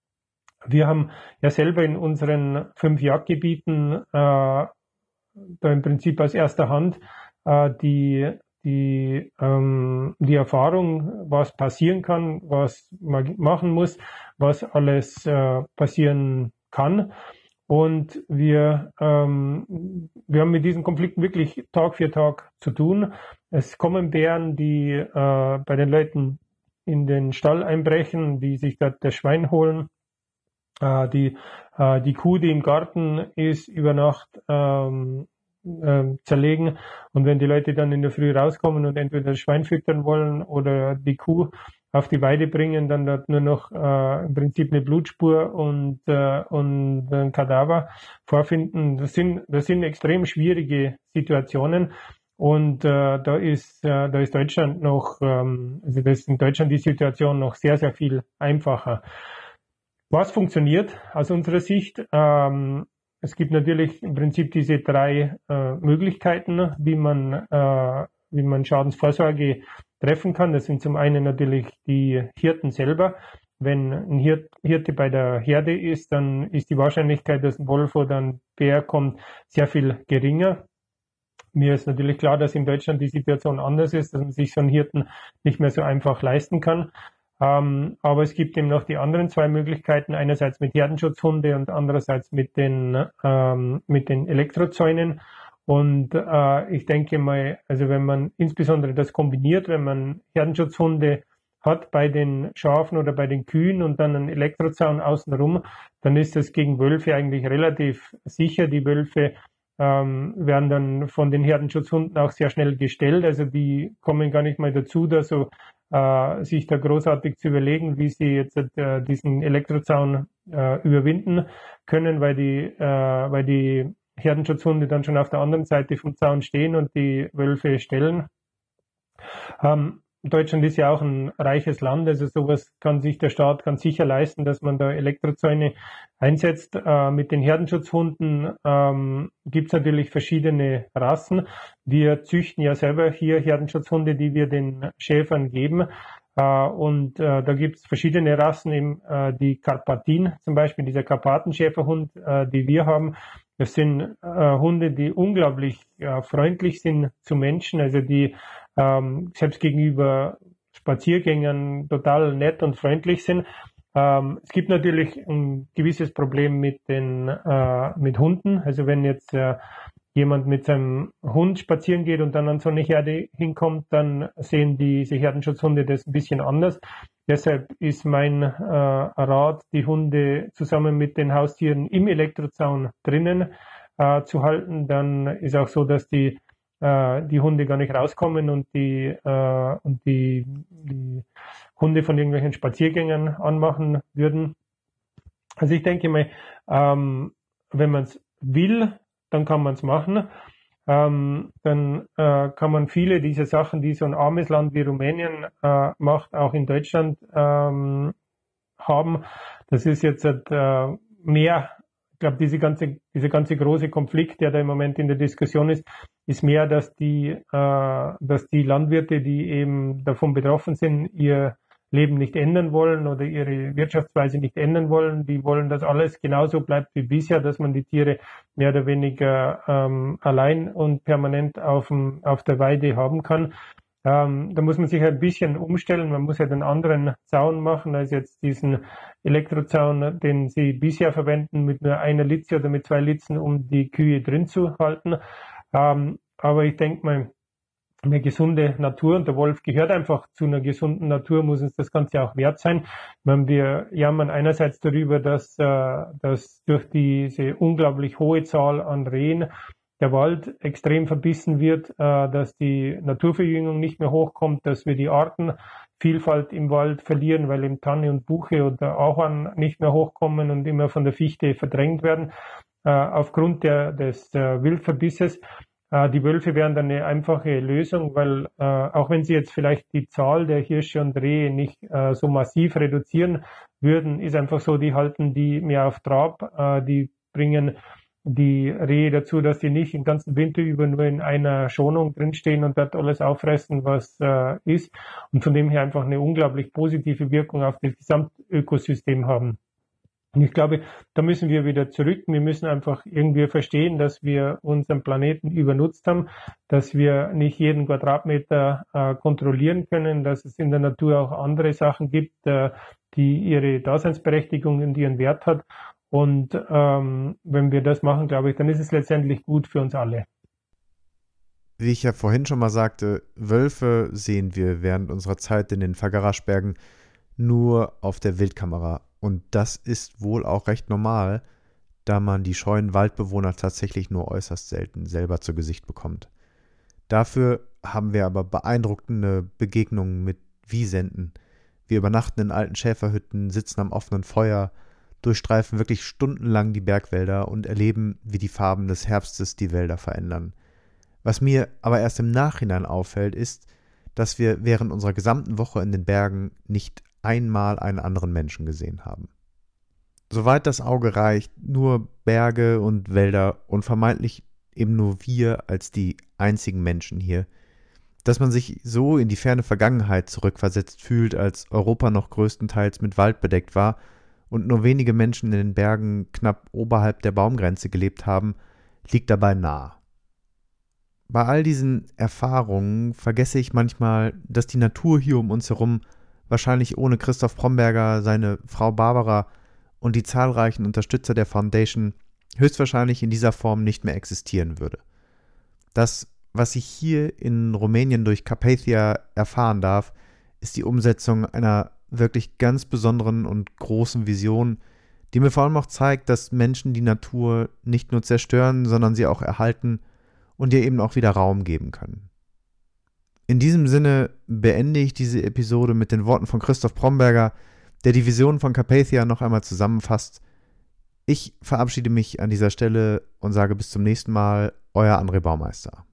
Wir haben ja selber in unseren fünf Jagdgebieten äh, da im Prinzip aus erster Hand äh, die die ähm, die Erfahrung, was passieren kann, was man machen muss, was alles äh, passieren kann. Und wir, ähm, wir haben mit diesen Konflikten wirklich Tag für Tag zu tun. Es kommen Bären, die äh, bei den Leuten in den Stall einbrechen, die sich dort das Schwein holen. Äh, die, äh, die Kuh, die im Garten ist, über Nacht ähm, äh, zerlegen. Und wenn die Leute dann in der Früh rauskommen und entweder das Schwein füttern wollen oder die Kuh auf die Weide bringen, dann dort nur noch äh, im Prinzip eine Blutspur und, äh, und ein Kadaver vorfinden. Das sind, das sind extrem schwierige Situationen. Und äh, da ist äh, da ist Deutschland noch, ähm, also das ist in Deutschland die Situation noch sehr, sehr viel einfacher. Was funktioniert aus unserer Sicht? Ähm, es gibt natürlich im Prinzip diese drei äh, Möglichkeiten, wie man äh, wie man Schadensvorsorge treffen kann. Das sind zum einen natürlich die Hirten selber. Wenn ein Hirt, Hirte bei der Herde ist, dann ist die Wahrscheinlichkeit, dass ein Wolf oder ein Bär kommt, sehr viel geringer. Mir ist natürlich klar, dass in Deutschland die Situation anders ist, dass man sich so einen Hirten nicht mehr so einfach leisten kann. Ähm, aber es gibt eben noch die anderen zwei Möglichkeiten, einerseits mit Herdenschutzhunde und andererseits mit den, ähm, mit den Elektrozäunen. Und äh, ich denke mal, also wenn man insbesondere das kombiniert, wenn man Herdenschutzhunde hat bei den Schafen oder bei den Kühen und dann einen Elektrozaun außenrum, dann ist das gegen Wölfe eigentlich relativ sicher. Die Wölfe ähm, werden dann von den Herdenschutzhunden auch sehr schnell gestellt. Also die kommen gar nicht mal dazu, da so äh, sich da großartig zu überlegen, wie sie jetzt äh, diesen Elektrozaun äh, überwinden können, weil die, äh, weil die Herdenschutzhunde dann schon auf der anderen Seite vom Zaun stehen und die Wölfe stellen. Ähm, Deutschland ist ja auch ein reiches Land, also sowas kann sich der Staat ganz sicher leisten, dass man da Elektrozäune einsetzt. Äh, mit den Herdenschutzhunden ähm, gibt es natürlich verschiedene Rassen. Wir züchten ja selber hier Herdenschutzhunde, die wir den Schäfern geben. Uh, und uh, da gibt es verschiedene Rassen, eben uh, die Karpatin zum Beispiel, dieser Karpatenschäferhund, uh, die wir haben. Das sind uh, Hunde, die unglaublich uh, freundlich sind zu Menschen, also die ähm, selbst gegenüber Spaziergängern total nett und freundlich sind. Ähm, es gibt natürlich ein gewisses Problem mit den äh, mit Hunden. Also wenn jetzt äh, jemand mit seinem Hund spazieren geht und dann an so eine Herde hinkommt, dann sehen diese Herdenschutzhunde das ein bisschen anders. Deshalb ist mein äh, Rat, die Hunde zusammen mit den Haustieren im Elektrozaun drinnen äh, zu halten. Dann ist auch so, dass die äh, die Hunde gar nicht rauskommen und die äh, und die, die Hunde von irgendwelchen Spaziergängern anmachen würden. Also ich denke mal, ähm, wenn man es will, dann kann man es machen. Ähm, dann äh, kann man viele dieser Sachen, die so ein armes Land wie Rumänien äh, macht, auch in Deutschland ähm, haben. Das ist jetzt äh, mehr, ich glaube, diese ganze, dieser ganze große Konflikt, der da im Moment in der Diskussion ist, ist mehr, dass die, äh, dass die Landwirte, die eben davon betroffen sind, ihr Leben nicht ändern wollen oder ihre Wirtschaftsweise nicht ändern wollen. Die wollen, dass alles genauso bleibt wie bisher, dass man die Tiere mehr oder weniger ähm, allein und permanent auf, dem, auf der Weide haben kann. Ähm, da muss man sich ein bisschen umstellen. Man muss ja den anderen Zaun machen als jetzt diesen Elektrozaun, den sie bisher verwenden mit nur einer Litze oder mit zwei Litzen, um die Kühe drin zu halten. Ähm, aber ich denke mal, eine gesunde Natur, und der Wolf gehört einfach zu einer gesunden Natur, muss uns das Ganze auch wert sein. Wenn wir jammern einerseits darüber, dass, äh, dass durch diese unglaublich hohe Zahl an Rehen der Wald extrem verbissen wird, äh, dass die Naturverjüngung nicht mehr hochkommt, dass wir die Artenvielfalt im Wald verlieren, weil eben Tanne und Buche oder Ahorn nicht mehr hochkommen und immer von der Fichte verdrängt werden, äh, aufgrund der, des äh, Wildverbisses. Die Wölfe wären dann eine einfache Lösung, weil äh, auch wenn sie jetzt vielleicht die Zahl der Hirsche und Rehe nicht äh, so massiv reduzieren würden, ist einfach so, die halten die mehr auf Trab, äh, die bringen die Rehe dazu, dass sie nicht den ganzen Winter über nur in einer Schonung drinstehen und dort alles auffressen, was äh, ist, und von dem her einfach eine unglaublich positive Wirkung auf das Gesamtökosystem haben. Und ich glaube, da müssen wir wieder zurück. Wir müssen einfach irgendwie verstehen, dass wir unseren Planeten übernutzt haben, dass wir nicht jeden Quadratmeter äh, kontrollieren können, dass es in der Natur auch andere Sachen gibt, äh, die ihre Daseinsberechtigung und ihren Wert hat. Und ähm, wenn wir das machen, glaube ich, dann ist es letztendlich gut für uns alle. Wie ich ja vorhin schon mal sagte, Wölfe sehen wir während unserer Zeit in den Fagaraschbergen nur auf der Wildkamera. Und das ist wohl auch recht normal, da man die scheuen Waldbewohner tatsächlich nur äußerst selten selber zu Gesicht bekommt. Dafür haben wir aber beeindruckende Begegnungen mit Wisenten. Wir übernachten in alten Schäferhütten, sitzen am offenen Feuer, durchstreifen wirklich stundenlang die Bergwälder und erleben, wie die Farben des Herbstes die Wälder verändern. Was mir aber erst im Nachhinein auffällt, ist, dass wir während unserer gesamten Woche in den Bergen nicht einmal einen anderen Menschen gesehen haben. Soweit das Auge reicht, nur Berge und Wälder und vermeintlich eben nur wir als die einzigen Menschen hier, dass man sich so in die ferne Vergangenheit zurückversetzt fühlt, als Europa noch größtenteils mit Wald bedeckt war und nur wenige Menschen in den Bergen knapp oberhalb der Baumgrenze gelebt haben, liegt dabei nah. Bei all diesen Erfahrungen vergesse ich manchmal, dass die Natur hier um uns herum wahrscheinlich ohne Christoph Bromberger, seine Frau Barbara und die zahlreichen Unterstützer der Foundation höchstwahrscheinlich in dieser Form nicht mehr existieren würde. Das, was ich hier in Rumänien durch Carpathia erfahren darf, ist die Umsetzung einer wirklich ganz besonderen und großen Vision, die mir vor allem auch zeigt, dass Menschen die Natur nicht nur zerstören, sondern sie auch erhalten und ihr eben auch wieder Raum geben können. In diesem Sinne beende ich diese Episode mit den Worten von Christoph Bromberger, der die Vision von Carpathia noch einmal zusammenfasst. Ich verabschiede mich an dieser Stelle und sage bis zum nächsten Mal, euer André Baumeister.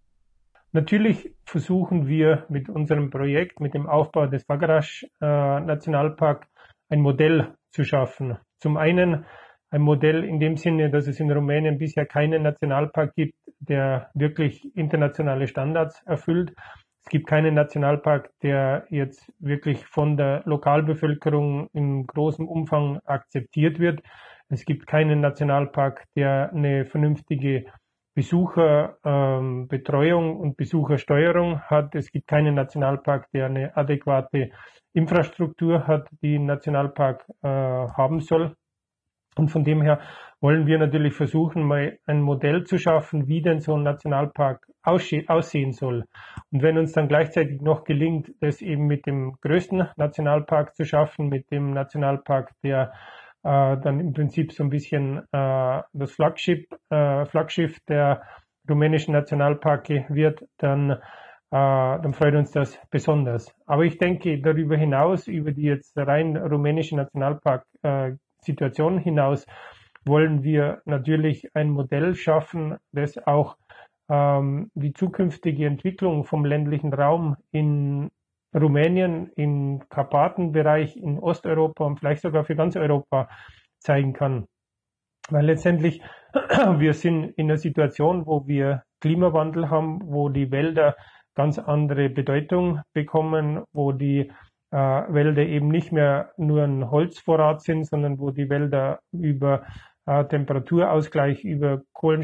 Natürlich versuchen wir mit unserem Projekt, mit dem Aufbau des Fagarasch-Nationalpark, ein Modell zu schaffen. Zum einen ein Modell in dem Sinne, dass es in Rumänien bisher keinen Nationalpark gibt, der wirklich internationale Standards erfüllt. Es gibt keinen Nationalpark, der jetzt wirklich von der Lokalbevölkerung in großem Umfang akzeptiert wird. Es gibt keinen Nationalpark, der eine vernünftige Besucherbetreuung ähm, und Besuchersteuerung hat. Es gibt keinen Nationalpark, der eine adäquate Infrastruktur hat, die ein Nationalpark äh, haben soll. Und von dem her wollen wir natürlich versuchen, mal ein Modell zu schaffen, wie denn so ein Nationalpark aussehen soll. Und wenn uns dann gleichzeitig noch gelingt, das eben mit dem größten Nationalpark zu schaffen, mit dem Nationalpark, der äh, dann im Prinzip so ein bisschen äh, das Flaggschiff, äh, Flaggschiff der rumänischen Nationalparke wird, dann, äh, dann freut uns das besonders. Aber ich denke, darüber hinaus, über die jetzt rein rumänische Nationalpark äh, Situation hinaus wollen wir natürlich ein Modell schaffen, das auch ähm, die zukünftige Entwicklung vom ländlichen Raum in Rumänien, im Karpatenbereich, in Osteuropa und vielleicht sogar für ganz Europa zeigen kann. Weil letztendlich wir sind in einer Situation, wo wir Klimawandel haben, wo die Wälder ganz andere Bedeutung bekommen, wo die äh, Wälder eben nicht mehr nur ein Holzvorrat sind, sondern wo die Wälder über äh, Temperaturausgleich, über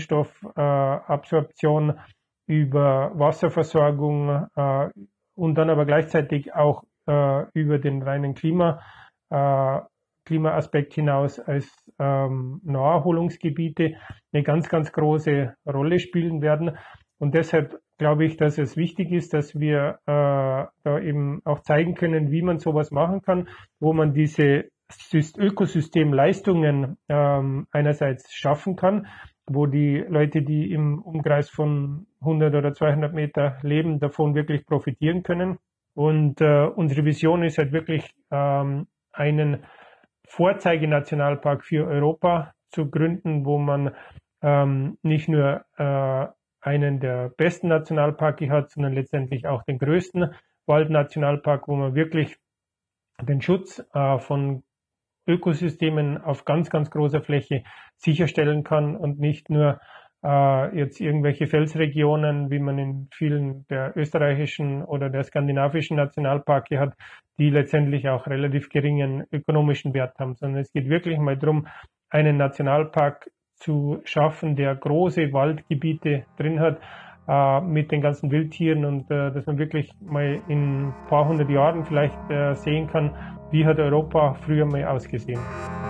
Kohlenstoffabsorption, äh, über Wasserversorgung äh, und dann aber gleichzeitig auch äh, über den reinen Klima, äh, Klimaaspekt hinaus als ähm, Naherholungsgebiete eine ganz, ganz große Rolle spielen werden. Und deshalb glaube ich, dass es wichtig ist, dass wir äh, da eben auch zeigen können, wie man sowas machen kann, wo man diese Ökosystemleistungen ähm, einerseits schaffen kann, wo die Leute, die im Umkreis von hundert oder zweihundert Meter leben, davon wirklich profitieren können. Und äh, unsere Vision ist halt wirklich, ähm, einen Vorzeigenationalpark für Europa zu gründen, wo man ähm, nicht nur äh, einen der besten Nationalparke hat, sondern letztendlich auch den größten Waldnationalpark, wo man wirklich den Schutz äh, von Ökosystemen auf ganz, ganz großer Fläche sicherstellen kann und nicht nur äh, jetzt irgendwelche Felsregionen, wie man in vielen der österreichischen oder der skandinavischen Nationalparke hat, die letztendlich auch relativ geringen ökonomischen Wert haben, sondern es geht wirklich mal darum, einen Nationalpark zu schaffen, der große Waldgebiete drin hat, äh, mit den ganzen Wildtieren und äh, dass man wirklich mal in ein paar hundert Jahren vielleicht äh, sehen kann, wie hat Europa früher mal ausgesehen.